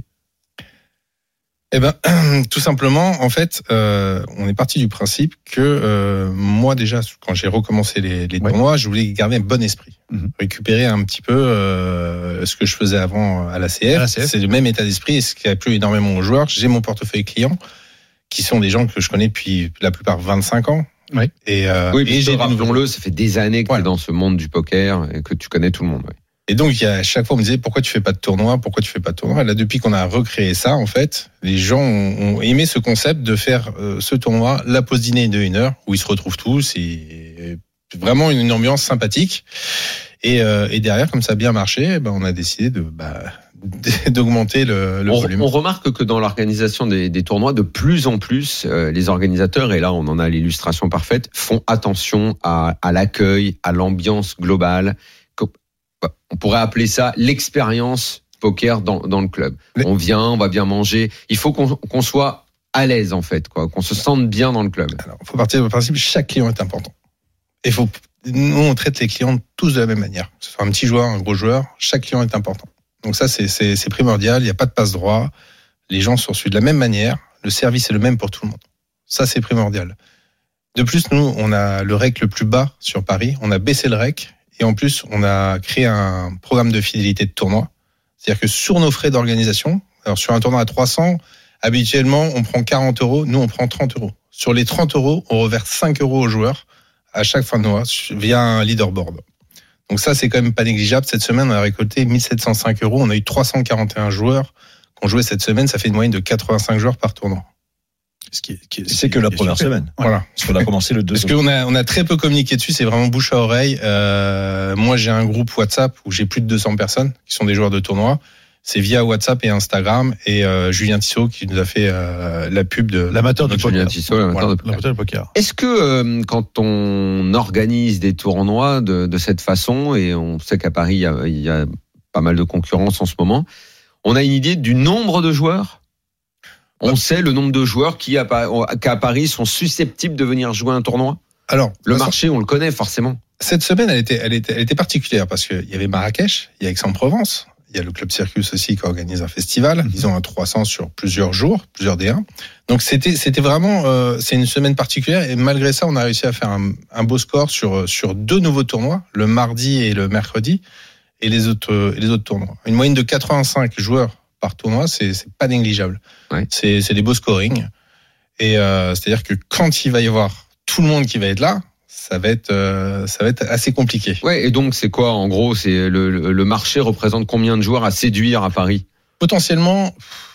Eh ben, tout simplement, en fait, on est parti du principe que moi déjà, quand j'ai recommencé les tournois, je voulais garder un bon esprit, récupérer un petit peu ce que je faisais avant à l'ACF. C'est le même état d'esprit, et ce qui a plu énormément aux joueurs. J'ai mon portefeuille client, qui sont des gens que je connais depuis la plupart 25 ans. Oui. Et j'ai rappelons-le, ça fait des années que tu es dans ce monde du poker et que tu connais tout le monde. Ouais. Et donc, à chaque fois, on me disait, pourquoi tu fais pas de tournoi? Et là, depuis qu'on a recréé ça, en fait, les gens ont aimé ce concept de faire ce tournoi, la pause dîner de 1 heure, où ils se retrouvent tous, et vraiment une ambiance sympathique. Et derrière, comme ça a bien marché, on a décidé d'augmenter le volume. On remarque que dans l'organisation des tournois, de plus en plus, les organisateurs, et là on en a l'illustration parfaite, font attention à l'accueil, à l'ambiance globale. On pourrait appeler ça l'expérience poker dans le club. On vient, on va bien manger. Il faut qu'on soit à l'aise, en fait, qu'on se sente bien dans le club. Alors, il faut partir du principe, chaque client est important. Nous, on traite les clients tous de la même manière. Que ce soit un petit joueur, un gros joueur, chaque client est important. Donc ça, c'est primordial. Il n'y a pas de passe-droit. Les gens sont reçus de la même manière. Le service est le même pour tout le monde. Ça, c'est primordial. De plus, nous, on a le REC le plus bas sur Paris. On a baissé le REC. Et en plus, on a créé un programme de fidélité de tournoi. C'est-à-dire que sur nos frais d'organisation, alors sur un tournoi à 300, habituellement, on prend 40 €. Nous, on prend 30 €. Sur les 30 €, on reverse 5 € aux joueurs à chaque fin de mois via un leaderboard. Donc ça, c'est quand même pas négligeable. Cette semaine, on a récolté 1705 €. On a eu 341 joueurs qui ont joué cette semaine. Ça fait une moyenne de 85 joueurs par tournoi. C'est que la première semaine. Voilà. Parce qu'on a commencé le 2. Parce qu'on a très peu communiqué dessus, c'est vraiment bouche à oreille. Moi, j'ai un groupe WhatsApp où j'ai plus de 200 personnes qui sont des joueurs de tournoi. C'est via WhatsApp et Instagram, et Julien Tissot qui nous a fait la pub de l'amateur de poker. Julien Tissot, l'amateur de poker. Est-ce que quand on organise des tournois de cette façon, et on sait qu'à Paris il y a pas mal de concurrence en ce moment, on a une idée du nombre de joueurs? On sait le nombre de joueurs qui, à Paris, sont susceptibles de venir jouer un tournoi? Alors, le marché, on le connaît forcément. Cette semaine, elle était particulière parce qu'il y avait Marrakech, il y a Aix-en-Provence, il y a le Club Circus aussi qui organise un festival. Ils ont un 300 sur plusieurs jours, plusieurs D1. Donc c'était vraiment, c'est une semaine particulière, et malgré ça, on a réussi à faire un beau score sur 2 nouveaux tournois, le mardi et le mercredi, et les autres tournois. Une moyenne de 85 joueurs par tournoi, c'est pas négligeable. Ouais. C'est des beaux scorings. Et c'est-à-dire que quand il va y avoir tout le monde qui va être là, ça va être assez compliqué. Ouais, et donc c'est quoi en gros, c'est le marché représente combien de joueurs à séduire à Paris? Potentiellement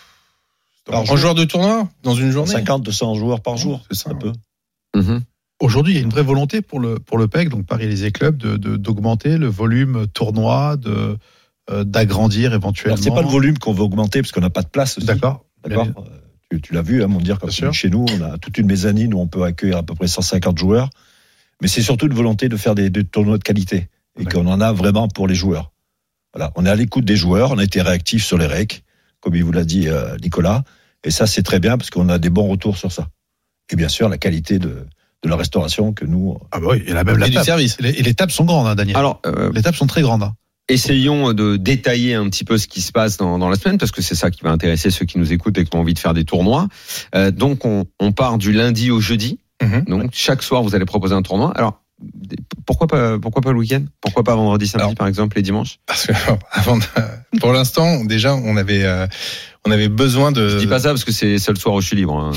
en joueur de tournoi dans une journée, 50-200 joueurs par jour, c'est ça. Un peu. Aujourd'hui, il y a une vraie volonté pour le PEC, donc Paris Élysée Club, d'augmenter le volume tournoi, d'agrandir éventuellement. Alors, c'est pas le volume qu'on veut augmenter parce qu'on n'a pas de place aussi. D'accord. Tu l'as vu, mon dire, quand chez nous, on a toute une mezzanine où on peut accueillir à peu près 150 joueurs. Mais c'est surtout une volonté de faire des tournois de qualité et qu'on en a vraiment pour les joueurs. Voilà, on est à l'écoute des joueurs, on a été réactifs sur les REC, comme il vous l'a dit Nicolas, et ça c'est très bien parce qu'on a des bons retours sur ça. Et bien sûr la qualité de de la restauration que nous. Ah bah oui, et là même la Et du table. service. Et les tables sont grandes, hein, Daniel. Alors, Les tables sont très grandes. Hein. essayons de détailler un petit peu ce qui se passe dans la semaine, parce que c'est ça qui va intéresser ceux qui nous écoutent et qui ont envie de faire des tournois. Donc, on part du lundi au jeudi. Donc, chaque soir, vous allez proposer un tournoi. Alors, pourquoi pas le week-end ? Pourquoi pas vendredi, samedi, par exemple, et dimanche ? Parce que pour l'instant, déjà, on avait besoin de. Je dis pas ça parce que c'est le soir où je suis libre. Hein.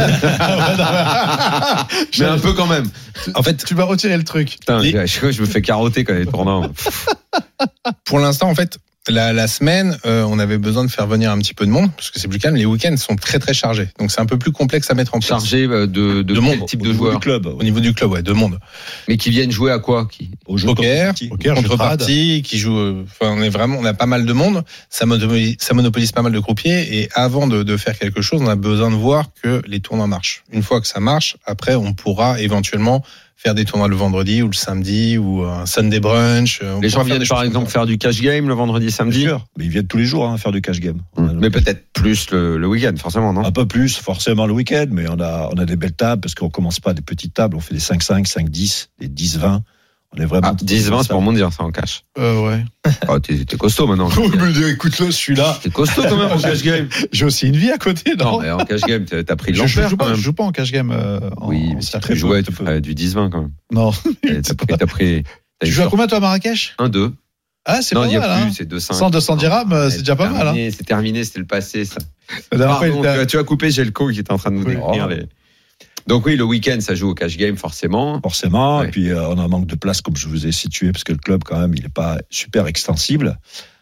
Mais un peu quand même. En fait, tu vas retirer le truc. Putain, je me fais carotter quand il y a des tournois. Pour l'instant, en fait, la semaine, on avait besoin de faire venir un petit peu de monde parce que c'est plus calme. Les week-ends sont très très chargés, donc c'est un peu plus complexe à mettre en place. Chargé de quel monde, type de joueurs ? Au niveau du club, ouais, de monde. Mais qui viennent jouer à quoi ? Au jeu Poker, Poker, contrepartie, qui joue. Enfin, on a pas mal de monde. Ça monopolise pas mal de croupiers. Et avant de faire quelque chose, on a besoin de voir que les tournois marchent. Une fois que ça marche, après, on pourra éventuellement faire des tournois le vendredi ou le samedi ou un Sunday brunch. Les gens viennent par exemple faire du cash game le vendredi, samedi. Mais ils viennent tous les jours faire du cash game. Mais peut-être plus le week-end, forcément, non ? Un peu plus, forcément le week-end, mais on a des belles tables parce qu'on commence pas des petites tables, on fait des 5-5, 5-10, des 10-20. On est vraiment. 10-20, c'est pour mon dire ça en cash. Ouais. Oh, t'es costaud maintenant. Écoute, là, celui-là. T'es costaud quand même en cash game. J'ai aussi une vie à côté, non ? Non, mais en cash game, t'as pris de Je l'enfer quand même. joue pas en cash game. Oui, mais si tu jouais, tu ferais du 10-20 quand même. Non. T'as pris. Tu joues à combien toi à Marrakech ? 1-2. Ah, c'est non, pas il y a mal, plus, hein. c'est 2-5. 100-200 dirhams, c'est déjà pas mal, hein. C'est terminé, c'était le passé, ça. Pardon, Tu as coupé Gelco qui était en train de nous décrire les. Donc oui, le week-end, ça joue au cash game, forcément. Ouais. Et puis on a un manque de place, comme je vous ai situé, parce que le club, quand même, il n'est pas super extensible.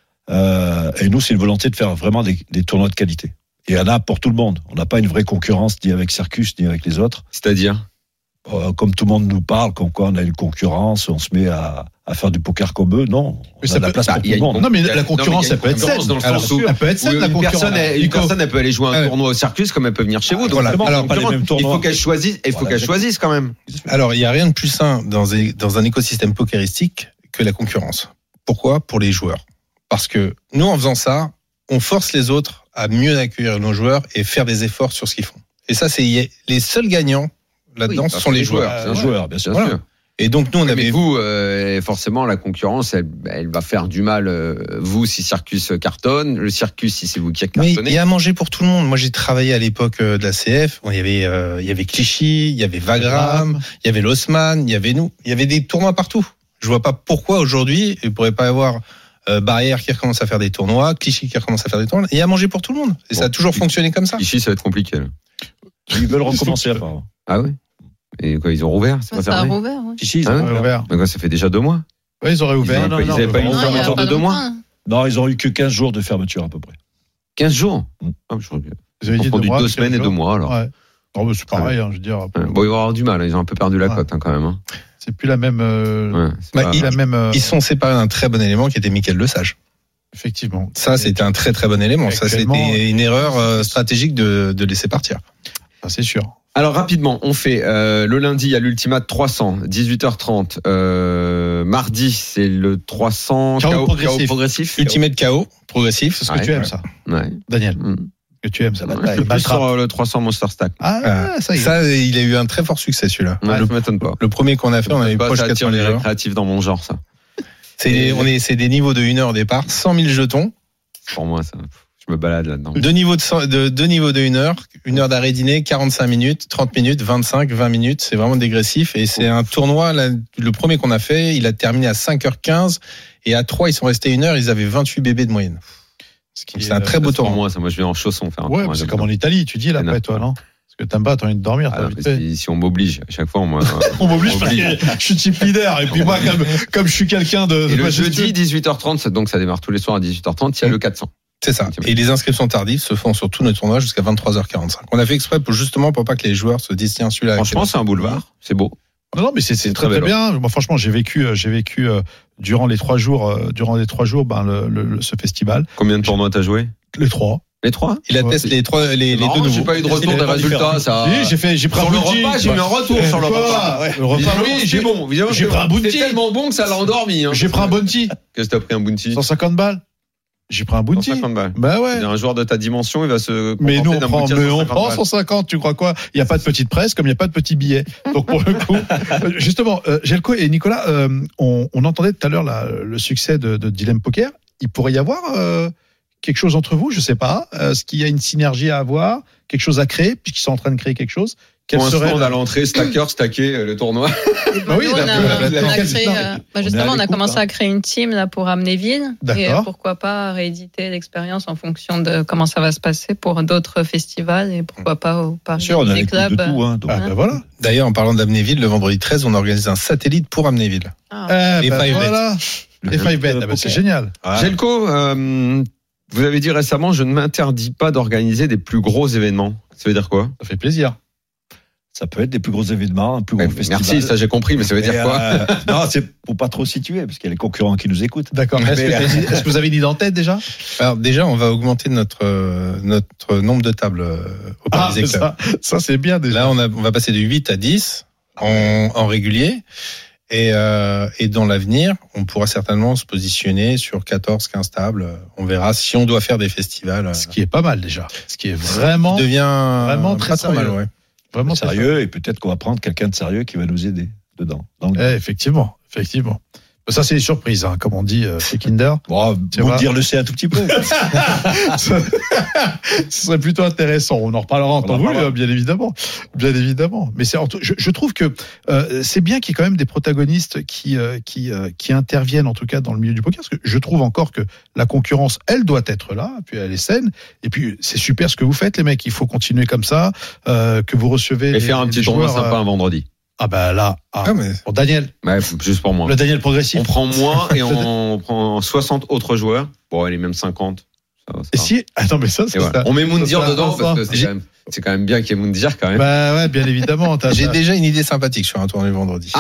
Et nous, c'est une volonté de faire vraiment des tournois de qualité. Et il y en a pour tout le monde. On n'a pas une vraie concurrence, ni avec Circus, ni avec les autres. C'est-à-dire comme tout le monde nous parle, comme quoi on a une concurrence, on se met à faire du poker comme eux. Non, on a de la place pour tout le monde. Non, mais la concurrence, elle peut être saine. Dans le sens où elle peut être saine, la concurrence. Une personne, elle peut aller jouer un tournoi au Circus comme elle peut venir chez vous. Donc, alors, pas les mêmes tournois. Il faut qu'elle choisisse quand même. Alors, il n'y a rien de plus sain dans un écosystème pokeristique que la concurrence. Pourquoi ? Pour les joueurs. Parce que nous, en faisant ça, on force les autres à mieux accueillir nos joueurs et faire des efforts sur ce qu'ils font. Et ça, c'est les seuls gagnants là-dedans, ce sont les joueurs. C'est un joueur, bien sûr. Voilà. Et donc, nous, on avait. Mais vous, forcément, la concurrence, elle va faire du mal. Vous, si Circus cartonne, le Circus, si c'est vous qui cartonnez. Mais il y a à manger pour tout le monde. Moi, j'ai travaillé à l'époque de la CF. Il y avait Clichy, il y avait Wagram, il y avait l'Haussmann, il y avait nous. Il y avait des tournois partout. Je vois pas pourquoi aujourd'hui, il pourrait pas y avoir Barrière qui recommence à faire des tournois, Clichy qui recommence à faire des tournois. Et il y a à manger pour tout le monde. Et ça a toujours fonctionné comme ça. Clichy, ça va être compliqué, là. Ils veulent recommencer, apparemment. Ah oui? Et quoi, ils ont rouvert? C'est pas Ça a fermé? rouvert, ouais. Clichy, ils ont ouvert. Mais quoi, ça fait déjà 2 mois? Oui, ils auraient ouvert. Ils n'avaient pas eu une Non, il y a fermeture pas de 2 mois? longtemps. Non, ils ont eu que 15 jours de fermeture, à peu près. 15 jours? Mm. Ah, je crois que- Ils avaient dit Ils ont 2 2 semaines et 2 mois, alors. Ouais. Non, mais c'est pareil, hein, je veux dire. Bon, ils vont avoir du mal, hein, ils ont un peu perdu la Ouais. cote, hein, quand même. Hein. C'est plus la même. Ouais, c'est Bah, pas- la même. Ils sont séparés d'un très bon élément qui était Mickaël Lesage. Effectivement. Ça, c'était un très très bon élément. Ça, Actuellement, c'était une erreur stratégique de laisser partir. Ah, c'est sûr. Alors rapidement, on fait le lundi, il y a l'Ultimate 300, 18h30. Mardi, c'est le 300 Chaos KO progressif. Ultimate KO, progressif. C'est ce que Ouais, tu aimes, ouais. ça. Ouais. Daniel. Mm. Que tu aimes, ça. Ouais, Le plus Baltrap. sur le 300 Monster Stack. Ah, ça y est. Ça, il a eu un très fort succès, celui-là. Ouais, ça m'étonne pas. Le premier qu'on a fait, on avait proche Ça attire 400 les joueurs. récréatifs dans mon genre, ça. C'est des niveaux de 1 heure au départ, 100 000 jetons, Pour moi, ça. Je me balade là-dedans. 2 niveaux de 1 heure d'arrêt dîner, 45 minutes, 30 minutes, 25, 20 minutes. C'est vraiment dégressif. Et c'est un tournoi, là, le premier qu'on a fait, il a terminé à 5h15. Et à 3, ils sont restés 1 heure, ils avaient 28 bébés de moyenne. C'est un très beau Pour tournoi. moi, ça. Moi, je vais en chaussons faire un Ouais, tournoi c'est comme comme ça. en Italie, tu dis là, C'est après, toi, non? Parce que t'aimes pas, t'as envie de dormir. Ah, t'as non, envie de mais faire. si on m'oblige, à chaque fois, moi. On m'oblige parce que je suis type leader. Et puis moi, comme je suis quelqu'un de. Et le jeudi, 18h30, donc ça démarre tous les soirs à 18h30, il y a le 400. C'est ça. Et les inscriptions tardives se font sur tous nos tournois jusqu'à 23h45. On a fait exprès justement pour pas que les joueurs se disent tiens, celui-là. Franchement, c'est un boulevard. C'est beau. Non, mais c'est très très très belle bien. Moi, franchement, j'ai vécu durant les 3 jours, ce festival. Combien de tournois t'as joué? Les 3. Les 3? Il atteste les deux nouveaux. J'ai pas eu de retour des résultats, ça. Oui, j'ai pris un Sur le bounty. repas, j'ai eu un retour sur le repas. Le repas, Oui, j'ai bon. J'ai pris un bounty. C'est tellement bon que ça l'a endormi. Hein. J'ai pris un bounty. Qu'est-ce que t'as pris un bounty? 150 balles. J'ai pris un bounty. 150 balles. Bah ouais. Un joueur de ta dimension, il va se. Mais nous, contenter on d'un prend, bounty à 150 balles. 150, tu crois quoi? Il n'y a pas de petite presse comme il n'y a pas de petits billets. Donc, pour le coup, justement, Jelko et Nicolas, on entendait tout à l'heure le succès de Dilemme Poker. Il pourrait y avoir quelque chose entre vous, je sais pas. Est-ce qu'il y a une synergie à avoir, quelque chose à créer, puisqu'ils sont en train de créer quelque chose? Quel Pour serait l'instant, on a l'entrée, stacker le tournoi. Bah oui, Nous, on a créé, justement, on a coupe, commencé à créer une team là pour Amnéville. D'accord. Et pourquoi pas rééditer l'expérience en fonction de comment ça va se passer pour d'autres festivals et pourquoi pas au Paris Bien sûr, on a des les coups de clubs. tout. Hein, donc. Ah, ben voilà. D'ailleurs, en parlant d'Amnéville, le vendredi 13, on organise un satellite pour Amnéville. Ah. Et 5bet. voilà. Et 5bet, c'est génial. Jelko, vous avez dit récemment, je ne m'interdis pas d'organiser des plus gros événements. Ça veut dire quoi? Ça fait plaisir. Ça peut être des plus gros événements, un plus gros festival. Merci, ça j'ai compris, mais ça veut dire quoi? Non, c'est pour pas trop situer, parce qu'il y a les concurrents qui nous écoutent. D'accord. Est-ce que vous avez une idée en tête déjà? Alors déjà, on va augmenter notre nombre de tables au Paris des Clubs. Ça c'est bien déjà. Là, on va passer de 8 à 10 en régulier. Et dans l'avenir, on pourra certainement se positionner sur 14, 15 tables. On verra si on doit faire des festivals. Ce qui est pas mal déjà. Ce qui est vraiment, devient très pas trop sérieux. mal, ouais. Vraiment Sérieux, et peut-être qu'on va prendre quelqu'un de sérieux qui va nous aider dedans. Effectivement. Ça, c'est des surprises, hein, comme on dit chez Kinder. Bon, vous dire le sait un tout petit peu. Ce serait plutôt intéressant. On en reparlera en temps voulu, bien évidemment. Mais je trouve que c'est bien qu'il y ait quand même des protagonistes qui interviennent, en tout cas, dans le milieu du poker. Parce que je trouve encore que la concurrence, elle doit être là, puis elle est saine. Et puis, c'est super ce que vous faites, les mecs. Il faut continuer comme ça, que vous recevez. Et faire un petit tournoi sympa un vendredi. Ah ben là, pour Daniel. Ouais, juste pour moi. Le Daniel progressif. On prend moi et on prend 60 autres joueurs. Bon, elle est même 50. Et si, attends, mais ça, c'est ça. On met Moundir dedans parce que c'est quand même bien qu'il y ait Moundir quand même. Bah ouais, bien évidemment. J'ai déjà une idée sympathique sur un tournoi vendredi.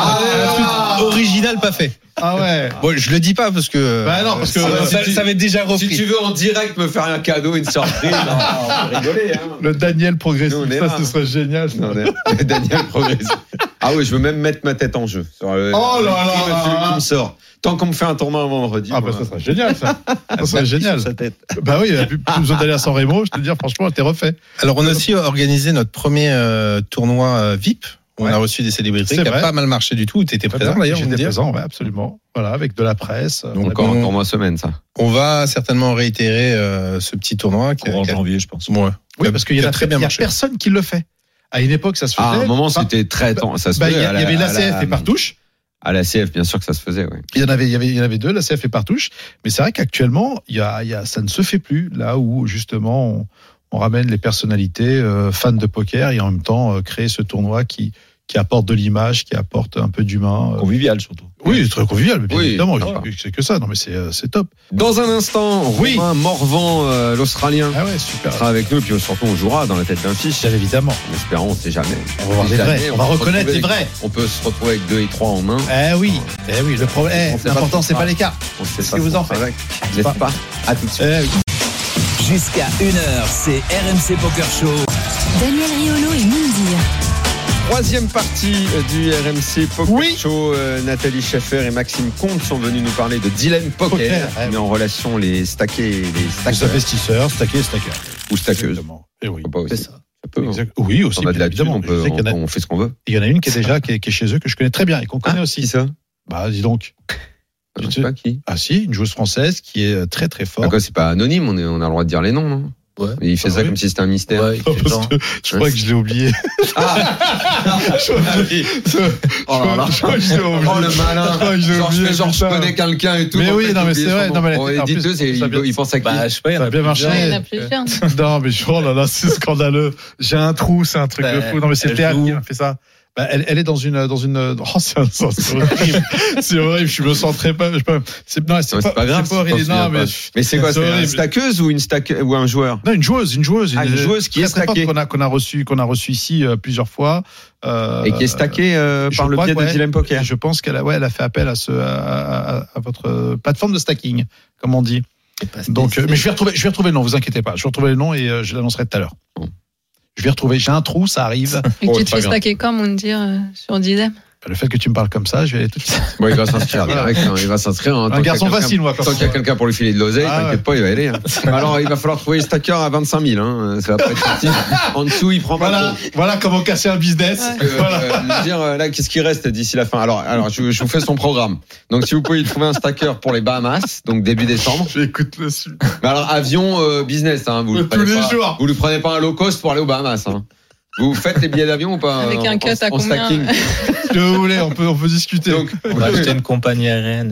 Un truc original pas fait. Ah ouais. Bon, je le dis pas parce que. Bah non, parce que ça va être déjà repris. Si tu veux en direct me faire un cadeau, une surprise, on va rigoler. Hein. Le Daniel progressif, ce serait génial. Le Daniel progressif. Ah oui, je veux même mettre ma tête en jeu. Sur le, oh là là. Qui me sort. Tant qu'on me fait un tournoi un vendredi. Ah bah ça serait génial ça. Ça serait génial. Bah oui, il n'y a plus besoin d'aller à San Remo. Je te dis franchement, t'es refait. Alors on a aussi organisé notre premier tournoi VIP. On a reçu des célébrités qui n'a pas mal marché du tout. Tu étais présent d'ailleurs. J'étais présent, ouais, absolument. Voilà, avec de la presse. Donc encore un tournoi semaine, ça. On va certainement réitérer ce petit tournoi. En janvier, je pense. Ouais. Oui, parce qu'il y a personne qui le fait. À une époque, ça se faisait. À un moment, c'était très temps. Ça se faisait. Il y avait l'ACF et Partouche. À la CF, bien sûr que ça se faisait, oui. Il y en avait deux, la CF et Partouche. Mais c'est vrai qu'actuellement, ça ne se fait plus. Là où, justement, on ramène les personnalités, fans de poker et en même temps, créer ce tournoi qui apporte de l'image, qui apporte un peu d'humain. Convivial, surtout. Oui, très convivial, bien évidemment. Ouais. C'est que ça. Non, mais c'est top. Dans un instant, Romain Morvan, l'Australien, super. sera avec nous. Et puis surtout, on jouera dans la tête d'un fiche. Bien évidemment. En espérant, on ne sait jamais. On va voir les vrais. On va reconnaître les vrais. On peut se retrouver avec 2 et 3 en main. Eh oui. Le problème, l'important, c'est pas l'écart. On sait ce que vous en faites. N'est-ce pas? À tout de suite. Jusqu'à 1h, c'est RMC Poker Show. Daniel Riolo et Moundir. Troisième partie du RMC Poker Show. Nathalie Schaffer et Maxime Comte sont venus nous parler de Dilemme Poker, qui met en relation les stackés et les investisseurs, stackés. Ou stackeuses. Et oui, c'est ça. Oui, aussi. On a de la évidemment. on fait ce qu'on veut. Il y en a une qui est chez eux que je connais très bien et qu'on connaît aussi. Qui ça? Bah, dis donc. Je sais pas qui. Ah si, une joueuse française qui est très très forte. Quoi, c'est pas anonyme, on a le droit de dire les noms, non? Ouais. Mais il fait ça comme si c'était un mystère. Ouais, je crois que je l'ai oublié. Oh le malin. Je connais quelqu'un et tout. Mais oui, non mais c'est vrai. Non mais il pense à qui? Bah, je sais pas, il y en a bien marché. Il y en a plusieurs. Non mais oh là là, c'est scandaleux. J'ai un trou, c'est un truc de fou. Non mais c'est Théâtre qui a fait ça. Bah, elle est dans une. Oh, c'est horrible. C'est horrible. Je me sens très pas. C'est pas grave. C'est pas horrible. Non, mais c'est quoi? C'est une stackeuse ou ou un joueur? Non, une joueuse. Une joueuse qui est stackée. Qu'on a reçu ici plusieurs fois. Et qui est stackée par le biais de Dilemme Poker. Je pense qu'elle a fait appel à votre plateforme de stacking, comme on dit. Donc, mais je vais retrouver le nom. Vous inquiétez pas. Je vais retrouver le nom et je l'annoncerai tout à l'heure. Je vais retrouver. J'ai un trou, ça arrive. Et tu te fais stacker comme on dit sur Dilemme? Le fait que tu me parles comme ça, je vais aller tout de suite. Bon, il va s'inscrire direct. Il va s'inscrire. Un garçon facile, moi. Tant qu'il y a quelqu'un pour lui filer de l'oseille, t'inquiète pas, il va aller. Alors, il va falloir trouver stacker à 25 000. Ça va pas être facile. En dessous, il prend pas. Voilà comment casser un business. Là, qu'est-ce qui reste d'ici la fin? Alors, je vous fais son programme. Donc, si vous pouvez trouver un stacker pour les Bahamas, donc début décembre. J'écoute le suite. Mais alors, avion business, vous lui prenez pas un low cost pour aller aux Bahamas. Vous faites les billets d'avion ou pas? Avec un cut à combien? Si vous voulez, on peut discuter. Donc, on va acheter une compagnie aérienne.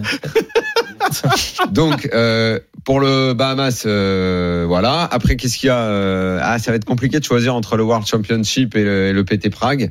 Donc, pour le Bahamas, voilà. Après, qu'est-ce qu'il y a? Ça va être compliqué de choisir entre le World Championship et le PT Prague.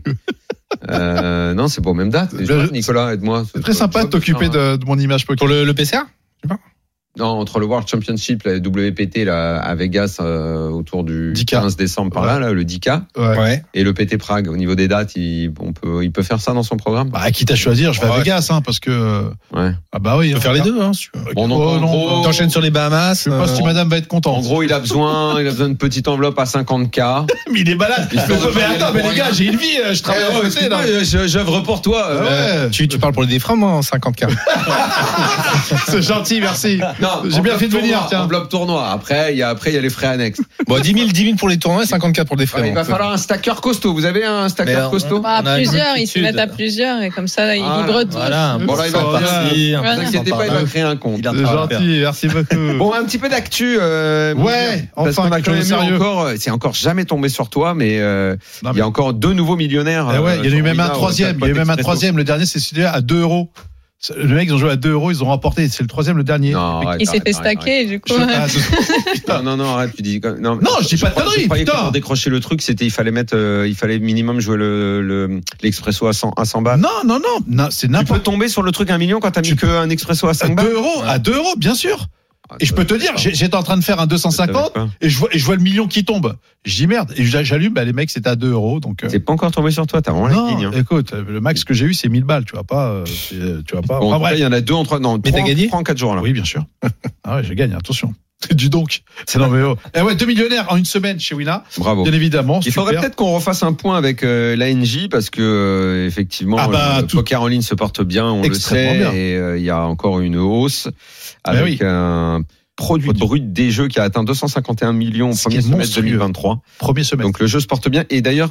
Non, c'est pas aux mêmes dates. Nicolas, aide-moi. C'est très sympa de t'occuper de mon image poker. Pour le PCA? Non, entre le World Championship, la WPT là, à Vegas, autour du 15 décembre par là, le 10K, et le PT Prague. Au niveau des dates, il peut faire ça dans son programme. Quitte à choisir, je vais à Vegas, parce que. Ouais. Ah bah oui. Tu peux faire les deux, si tu veux. Bon, en gros, t'enchaînes sur les Bahamas. Je sais pas si madame va être contente. En gros, il a besoin d'une petite enveloppe à 50K. Mais il est malade. Mais attends, les gars, j'ai une vie, je travaille à côté, là. J'œuvre pour toi. Tu parles pour les déframes, moi, en 50K. C'est gentil, merci. Non, j'ai bien fait de venir, tiens. Enveloppe tournoi. Après, il y a les frais annexes. Bon, 10 000 pour les tournois et 54 pour les frais. Il va falloir un stacker costaud. Vous avez un stacker costaud? Plusieurs, ils se mettent à plusieurs et comme ça, ils livrent tout. Voilà. Bon, là, il va partir. Ne vous inquiétez pas, il va créer un compte. C'est gentil, merci beaucoup. Bon, un petit peu d'actu. Parce qu'on a quand même encore, c'est encore jamais tombé sur toi, mais il y a encore 2 nouveaux millionnaires. Il y en a eu même un troisième. Il y a eu même un troisième. Le dernier, c'est celui-là à 2 €. Le mec, ils ont joué à 2 €, ils ont remporté. C'est le troisième, le dernier. Non, il s'est fait stacker, du coup. Non, arrête, tu dis. Non, je dis pas de conneries. Je croyais que pour décrocher le truc, il fallait minimum jouer l'Expresso à 100 balles. Non, c'est n'importe. Tu peux tomber sur le truc 1 million quand t'as mis qu'un Expresso à 5 balles. 2 €, à 2 €, bien sûr. Et je peux te dire, j'étais en train de faire un 250 et je vois le million qui tombe. Je dis merde, et j'allume, les mecs c'était à 2 €. Donc c'est pas encore tombé sur toi, t'as vraiment la ligne. Écoute, le max que j'ai eu c'est 1000 balles, tu vois pas. Bon, enfin, il y en a 2 en 3. Non, mais t'as gagné 3 en 4 jours là. Oui, bien sûr. Ah ouais, je gagne, attention. Du donc. C'est non mais oh. 2 millionnaires en une semaine chez Wina. Bravo. Bien évidemment. Il faudrait peut-être qu'on refasse un point avec l'ANJ parce que effectivement le poker en ligne se porte bien, on le sait, bien. Et il y a encore une hausse avec un produit brut des jeux qui a atteint 251 millions au premier semestre 2023. Donc le jeu se porte bien et d'ailleurs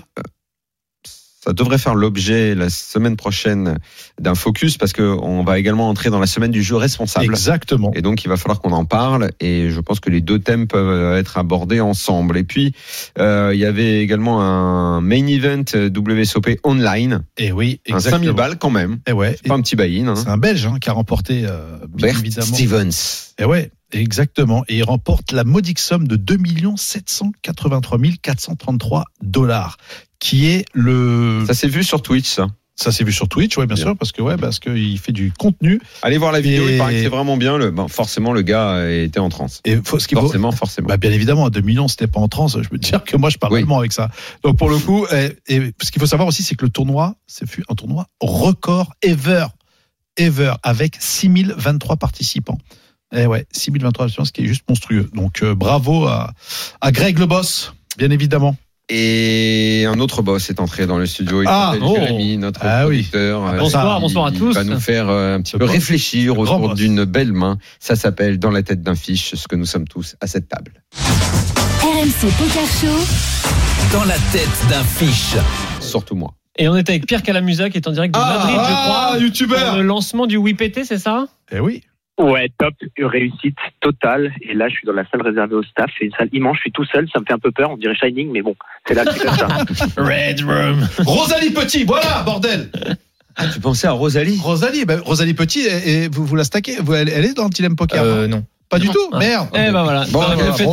ça devrait faire l'objet la semaine prochaine d'un focus parce que on va également entrer dans la semaine du jeu responsable. Exactement. Et donc il va falloir qu'on en parle et je pense que les 2 thèmes peuvent être abordés ensemble. Et puis il y avait également un main event WSOP online. Et oui, exactement. 5000 balles quand même. Et ouais. C'est pas un petit buy-in. C'est un Belge qui a remporté bien Bert évidemment. Stevens. Et ouais. Exactement. Et il remporte la modique somme de 2 783 433 $, qui est le... Ça s'est vu sur Twitch, ça. Ça s'est vu sur Twitch, ouais, bien sûr, parce qu'il fait du contenu. Allez voir la vidéo, il paraît que c'est vraiment bien. Forcément, le gars était en transe. Et forcément. Bah, bien évidemment, à 2 millions, c'était pas en transe. Je peux te dire que moi, je parle allemand avec ça. Donc, pour le coup, et ce qu'il faut savoir aussi, c'est que le tournoi, c'est un tournoi record ever, avec 6023 participants. Eh ouais, 6023 participants, ce qui est juste monstrueux. Donc, bravo à Greg le boss, bien évidemment. Et un autre boss est entré dans le studio. Il s'appelle Jérémy, notre producteur. Bonsoir à tous. Il va nous faire un petit peu réfléchir autour d'une belle main. Ça s'appelle Dans la tête d'un fiche, ce que nous sommes tous à cette table. RMC Poker Show. Dans la tête d'un fiche. Surtout moi. Et on est avec Pierre Calamusa qui est en direct de Madrid, je crois. YouTubeur. Pour le lancement du WPT, c'est ça? Eh oui. Ouais, top, réussite totale. Et là, je suis dans la salle réservée au staff. C'est une salle immense, je suis tout seul, ça me fait un peu peur, on dirait Shining, mais bon, c'est là, c'est comme ça. Red Room. Rosalie Petit, voilà, bordel. Ah, tu pensais à Rosalie? Rosalie Petit, et vous la stackez, elle est dans le Dilemme Poker? Non. Pas du tout, merde. Eh ben voilà. Bon, c'est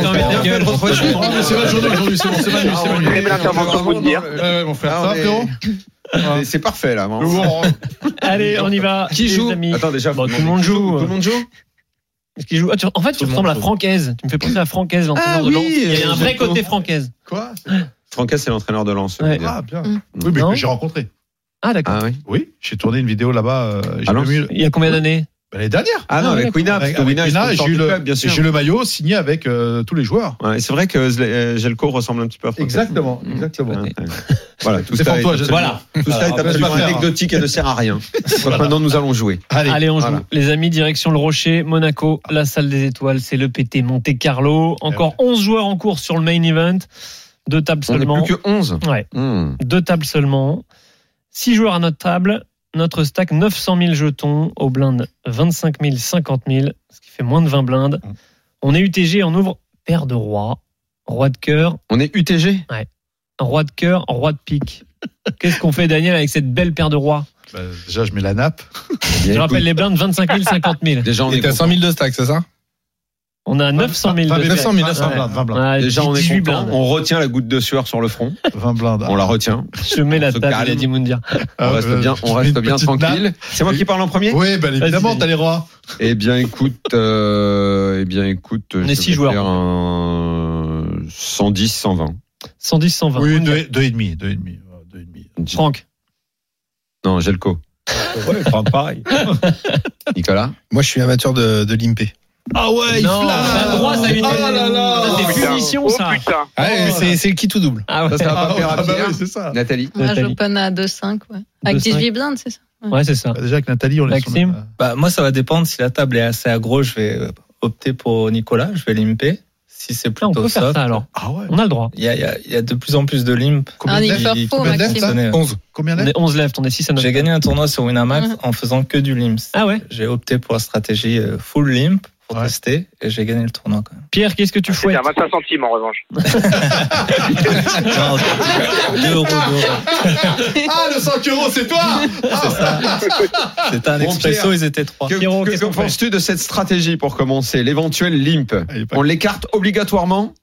ma journée aujourd'hui, c'est bon, c'est ma nuit. Très belle intervention, faut le dire. Mon frère, ça va, frérot? C'est parfait là. Allez, on y va. Qui joue? Attends, déjà, tout le monde joue. Tout le monde joue? Est-ce qu'il joue? En fait, tu ressembles à Francaise. Tu me fais penser à Francaise, l'entraîneur de Lens. Il y a un vrai côté Francaise. Quoi? Francaise, c'est l'entraîneur de Lens. Ah, bien. Oui, mais que j'ai rencontré. Ah, d'accord. Ah oui. Oui, j'ai tourné une vidéo là-bas. Il y a combien d'années? L'année dernière. Ah non, avec Wina, parce que Wina, j'ai le maillot signé avec tous les joueurs. Ouais, c'est vrai que Jelko ressemble un petit peu à Franck. Exactement. Voilà, tout c'est ça pour toi. Tout ça est absolument anecdotique et ne sert à rien. Donc maintenant, nous allons jouer. Allez, on joue. Les amis, direction le Rocher, Monaco, la salle des étoiles, c'est le PT Monte Carlo. Encore 11 joueurs en course sur le main event. 2 tables seulement. On n'est plus que 11. Ouais. 2 tables seulement. 6 joueurs à notre table. Notre stack, 900 000 jetons, au blind 25 000, 50 000, ce qui fait moins de 20 blindes. On est UTG, on ouvre paire de rois, roi de cœur. On est UTG ? Ouais. Roi de cœur, roi de pique. Qu'est-ce qu'on fait, Daniel, avec cette belle paire de rois ? Déjà, je mets la nappe. Je rappelle les blindes, 25 000, 50 000. Déjà, on est à 100 000 de stack, c'est ça ? On a 900 000 de 900 000, 20 blindes. Déjà, on est 18 content. blindes. On retient la goutte de sueur sur le front. 20 blindes. On la retient. Je mets la table, il a dit Moundir. On reste bien tranquille. C'est moi qui parle en premier ? Oui, évidemment, t'as les rois. Eh bien, écoute, On est 6 joueurs. Faire un 110, 120. 110, 120. Oui, 2,5. Franck. Non, Jelko. Ouais, Franck, pareil. Nicolas ? Moi, je suis amateur de Limpé. Ah ouais, il Non, flamme. t'as droit, ça une. Oh là là. C'est des punitions, ça. putain. C'est le kit ou double. Ah ouais. Ça va pas faire à Pierre. Oui, c'est ça. Nathalie ? Moi, Nathalie. j'open à 2,5, ouais. Avec 2,5. 18 blindes, c'est ça. Ouais, c'est ça. Déjà, avec Nathalie, on est Maxime. Moi, ça va dépendre. Si la table est assez aggro, je vais opter pour Nicolas. Je vais limper. Si c'est Là, on plutôt peut faire soft. ça alors. Ah ouais. On a le droit. Il y a de plus en plus de limp. Un limper faux, Maxime. 11. Combien On d'être est 11 left, on est 6 à 9. J'ai gagné un tournoi sur Winamax Ouais. en faisant que du limp. Ah ouais. J'ai opté pour la stratégie full limp pour tester et j'ai gagné le tournoi quand même. Pierre, qu'est-ce que tu C'était fouettes? à 25 centimes en revanche. Non, 2 euros. Ah, le 5 euros, c'est toi. C'était un Bon, expresso, Pierre, ils étaient 3. Que penses-tu de cette stratégie pour commencer? L'éventuel limp. On l'écarte obligatoirement?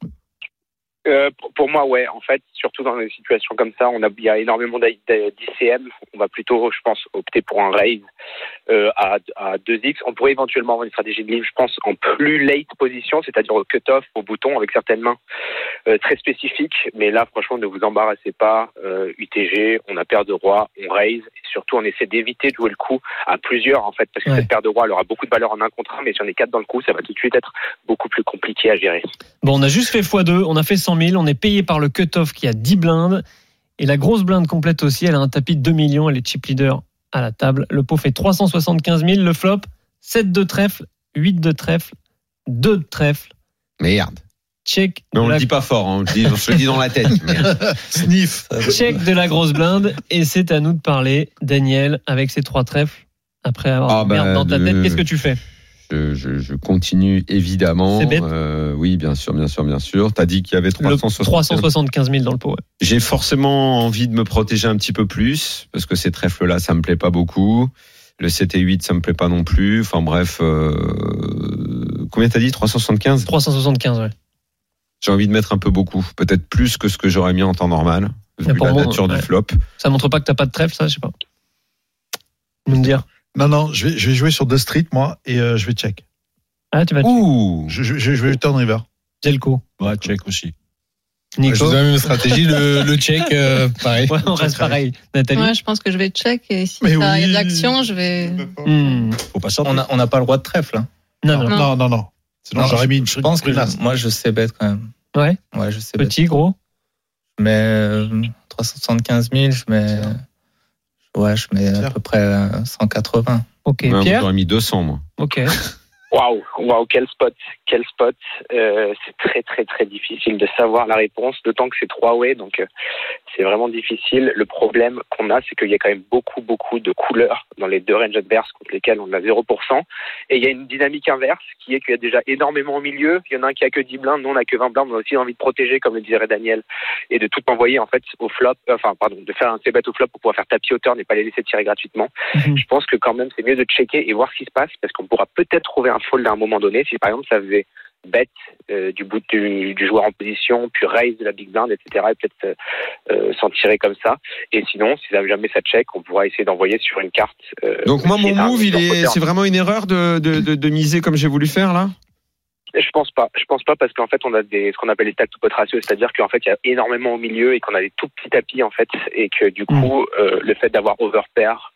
Pour moi, ouais. En fait, surtout dans des situations comme ça, il y a énormément d'ICM. On va plutôt, je pense, opter pour un raise à 2x. On pourrait éventuellement avoir une stratégie de limp, je pense, en plus late position, c'est-à-dire au cut-off, au bouton, avec certaines mains très spécifiques. Mais là, franchement, ne vous embarrassez pas. UTG, on a paire de rois, on raise. Et surtout, on essaie d'éviter de jouer le coup à plusieurs, en fait, parce que cette paire de rois, elle aura beaucoup de valeur en 1 contre 1, mais si on est 4 dans le coup, ça va tout de suite être beaucoup plus compliqué à gérer. Bon, on a juste fait x2, on a fait 100 000, on est payé par le cut-off qui a 10 blindes. Et la grosse blinde complète aussi, elle a un tapis de 2 millions, elle est chip leader à la table. Le pot fait 375 000, le flop, 7 de trèfle, 8 de trèfle, 2 de trèfle. Merde. Check. Mais on le dit pas fort, hein. Je le dis dans la tête. Sniff. Check de la grosse blinde. Et c'est à nous de parler. Daniel, avec ses 3 trèfles, après avoir merde dans ta tête, qu'est-ce que tu fais? Je continue évidemment. C'est bête. Oui, bien sûr. T'as dit qu'il y avait 375 000 dans le pot. Ouais. J'ai forcément envie de me protéger un petit peu plus parce que ces trèfles-là, ça me plaît pas beaucoup. Le 7 et 8, ça me plaît pas non plus. Enfin bref, combien t'as dit? 375? 375, ouais. J'ai envie de mettre un peu beaucoup, peut-être plus que ce que j'aurais mis en temps normal, vu la nature du flop. Ça montre pas que t'as pas de trèfle, ça, je sais pas. Nous me dire. Non, je vais jouer sur 2 street, moi, et je vais check. Ah, tu vas check. Ouh. Je vais turn river. Jelko. Ouais, check aussi. Nico. Je la même stratégie, le check, pareil. Ouais, on reste pareil. Nathalie. Ouais, je pense que je vais check, et si il y a de l'action, je vais. Faut pas sortir. On n'a pas le droit de trèfle. Hein. Non. Sinon, j'aurais mis une Je pense que moi, je sais bête quand même. Ouais, je sais bête. petit, gros. Je mets 375 000, je mets à peu près 180. Ok, Ouais, Pierre. j'aurais mis 200, moi. Ok. Waouh, quel spot. C'est très très très difficile de savoir la réponse, d'autant que c'est 3-way, donc c'est vraiment difficile. Le problème qu'on a, c'est qu'il y a quand même beaucoup de couleurs dans les 2 ranges adverses contre lesquelles on a 0%. Et il y a une dynamique inverse qui est qu'il y a déjà énormément au milieu. Il y en a un qui a que 10 blindes, nous on a que 20 blindes. On a aussi envie de protéger, comme le disait Daniel, et de tout envoyer en fait au flop, de faire un c-bet au flop pour pouvoir faire tapis au turn et pas les laisser tirer gratuitement. Je pense que quand même c'est mieux de checker et voir ce qui se passe, parce qu'on pourra peut-être trouver un fold à un moment donné. Si par exemple ça faisait bet du bout du joueur en position, puis raise de la big blind, etc. et peut-être s'en tirer comme ça. Et sinon, si jamais ça check, on pourra essayer d'envoyer sur une carte. Donc moi, mon move, c'est vraiment une erreur de miser comme j'ai voulu faire là. Je pense pas parce qu'en fait on a ce qu'on appelle les stack to pot ratio, c'est-à-dire qu'en fait il y a énormément au milieu et qu'on a des tout petits tapis en fait et que du coup le fait d'avoir overpair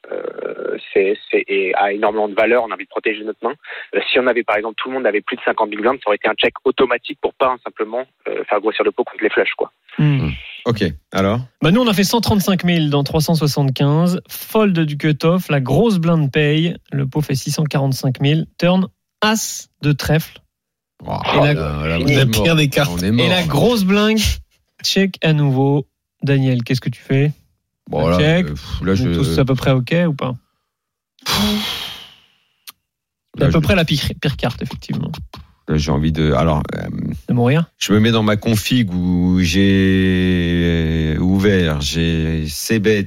a énormément de valeur, on a envie de protéger notre main. Si on avait par exemple tout le monde avait plus de 50 big blinds, ça aurait été un check automatique pour pas simplement faire grossir le pot contre les flushs quoi. Ok, alors nous on a fait 135 000 dans 375, fold du cutoff, la grosse blinde paye, le pot fait 645 000, turn as de trèfle. Et la pire des cartes. Et la grosse blingue, check à nouveau. Daniel, qu'est-ce que tu fais? Bon, check. Là, tous à peu près ok ou pas? C'est à peu près la pire carte, effectivement. Là, j'ai envie de mourir. Je me mets dans ma config où j'ai ouvert, j'ai C-bet.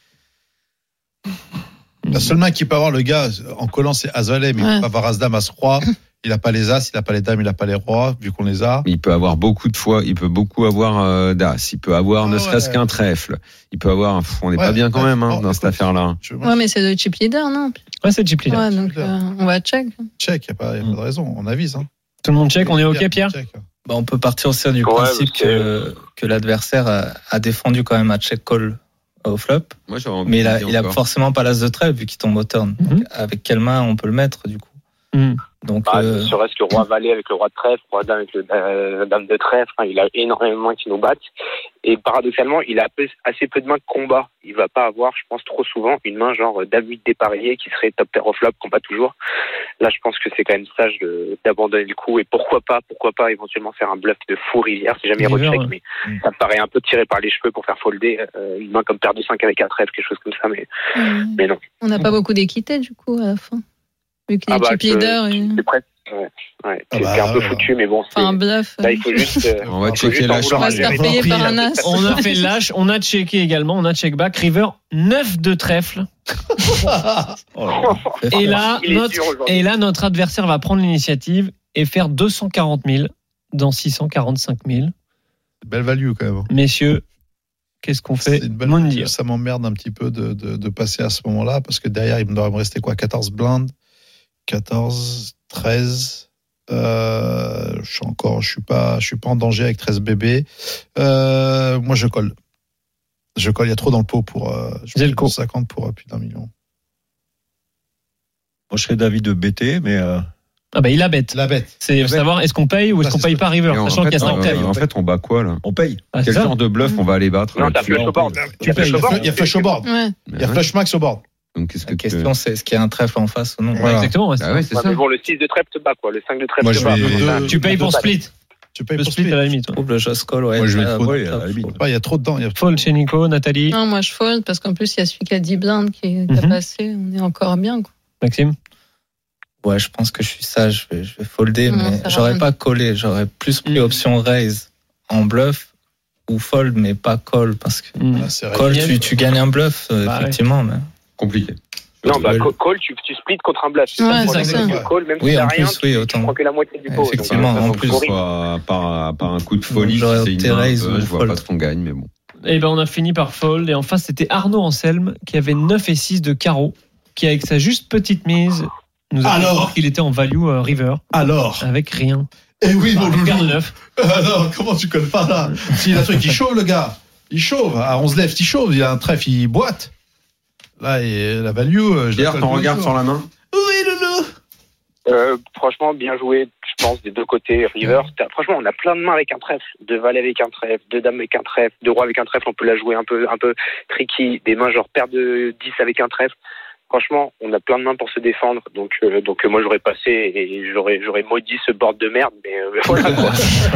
La seule main qui peut avoir le gars en collant, c'est As-Valet, mais il peut pas avoir As-Dame, As-Roi. Il n'a pas les As, il n'a pas les Dames, il n'a pas les Rois, vu qu'on les a. Il peut avoir beaucoup de fois, il peut beaucoup avoir d'As, il peut avoir ne serait-ce qu'un trèfle. Il peut avoir, on n'est pas bien quand même dans cette affaire-là. Ouais, mais c'est le chip leader, non? Ouais, c'est le chip leader. Ouais, donc on va check. Check, il n'y a pas de raison, on avise. Hein. Tout le monde check, on est ok, Pierre? On peut partir aussi du principe que l'adversaire a défendu quand même à check call au flop. Moi, mais il a forcément pas l'as de trèfle vu qu'il tombe au turn. Avec quelle main on peut le mettre du coup? Donc, serait-ce que roi valet avec le roi de trèfle, roi dame avec la dame de trèfle, il a énormément de mains qui nous battent. Et paradoxalement, il a assez peu de mains de combat. Il va pas avoir, je pense, trop souvent une main genre dame 8 dépareillée qui serait top pair au flop, combat toujours. Là, je pense que c'est quand même sage d'abandonner le coup et pourquoi pas éventuellement faire un bluff de fou rivière si jamais il recheck, mais ça me paraît un peu tiré par les cheveux pour faire folder une main comme paire de 5 avec un trèfle, quelque chose comme ça, mais non. On n'a pas beaucoup d'équité du coup à la fin. Vu qu'il est chip leader. C'est presque. C'est un peu foutu, mais bon. Enfin, un bluff. Là, il faut juste. On va checker l'âge. On va se faire payer par un as. On a fait l'âge, on a checké également, on a check back. River, 9 de trèfle. Et là, notre adversaire va prendre l'initiative et faire 240 000 dans 645 000. Belle value quand même. Messieurs, qu'est-ce qu'on fait? Ça m'emmerde un petit peu de passer à ce moment-là parce que derrière, il doit me rester quoi? 14 blindes, 14, 13. Je suis pas en danger avec 13 bébés. Moi, je colle. Il y a trop dans le pot pour. Je le 50 pour plus d'1 million. Moi, je serais d'avis de BT, mais. Il a bête. C'est savoir est-ce qu'on paye ou est-ce qu'on paye pas River, sachant qu'il y a 5 thèmes. En fait, on bat quoi là? On paye. Quel genre de bluff on va aller battre? Non, t'as flush au board. Il y a flush au board. Il y a flush max au board. Donc, qu'est-ce que la question, c'est est-ce qu'il y a un trèfle en face ou non? Voilà. Exactement. C'est ça. Mais bon, le 6 de trèfle te bat, quoi. Le 5 de trèfle te bat. Tu payes pour split. Tu payes pour split à la limite. Le just call, ouais. Moi, je vais fold à la limite. Il y a trop dedans. Fold chez Nico, Nathalie. Non, moi je fold parce qu'en plus, il y a celui qui a 10 blindes qui a passé. On est encore bien, quoi. Maxime? Ouais, je pense que je suis sage. Je vais folder, mais j'aurais pas collé. J'aurais plus pris option raise en bluff ou fold, mais pas call parce que call, tu gagnes un bluff, effectivement. Mais... Compliqué. Non, call, tu splits contre un bluff. Ouais, c'est ça. Call, même si oui, t'as en rien, plus, tu prends que la moitié du pot. Effectivement, en plus. Par un coup de folie, j'aurais c'est opté une main, raise je vois pas ce qu'on gagne, mais bon. Et on a fini par fold. Et en face, c'était Arnaud Anselme qui avait 9 et 6 de carreau, qui avec sa juste petite mise nous a dit qu'il était en value river. Alors. Avec rien. Eh oui, mon loulou. Paire de 9. Alors, comment tu colles pas là? S'il a un truc, il chauffe le gars. Il chauffe. À 11 left, il chauffe. Il a un trèfle, il boite. Là, et la value. Pierre, ton regard sur la main? Oui, loulou. Franchement, bien joué, je pense, des deux côtés. River, franchement, on a plein de mains avec un trèfle. 2 valets avec un trèfle, 2 dames avec un trèfle, 2 rois avec un trèfle. On peut la jouer un peu tricky. Des mains genre paire de 10 avec un trèfle. Franchement, on a plein de mains pour se défendre, donc moi j'aurais passé et j'aurais maudit ce board de merde, mais voilà quoi.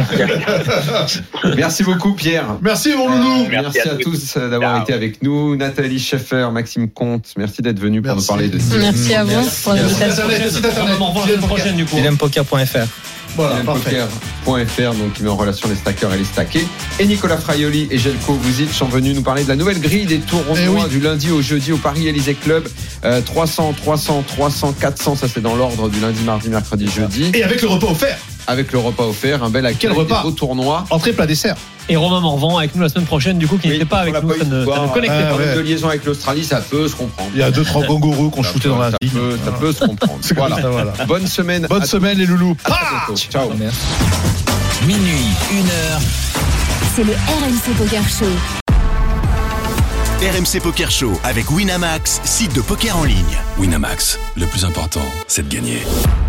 Merci beaucoup Pierre. Merci mon loulou. Merci à tous d'avoir été avec nous. Nathalie Scheffer, Maxime Comte, merci d'être venu pour nous parler de ça. Merci à vous pour l'invitation. On en revoit la semaine prochaine du coup. Dilempoker.fr. Voilà, parfait. Poker.fr, donc qui met en relation les stackers et les stackés. Et Nicolas Fraioli et Jelko Vuzic sont venus nous parler de la nouvelle grille des tournois du lundi au jeudi au Paris Élysée Club. 300, 300, 300, 400, ça c'est dans l'ordre du lundi, mardi, mercredi, jeudi. Et avec le repas offert. Avec le repas offert, un bel accueil, Quel repas? au tournoi. Entrée, plat, dessert. Et Romain Morvan avec nous la semaine prochaine, du coup, qui Oui, n'était pas avec on l'a nous, pas eu ça ne ce soir. connectait pas. Avec de liaison avec l'Australie, ça peut se comprendre. Il y a 2-3 kangourous qu'on shootait dans la ligne. Ça peut se comprendre. Voilà. Bonne semaine. Bonne semaine les loulous. À très bientôt. Ciao. Merci. Minuit, 1h. C'est le RMC Poker Show. RMC Poker Show avec Winamax, site de poker en ligne. Winamax, le plus important, c'est de gagner.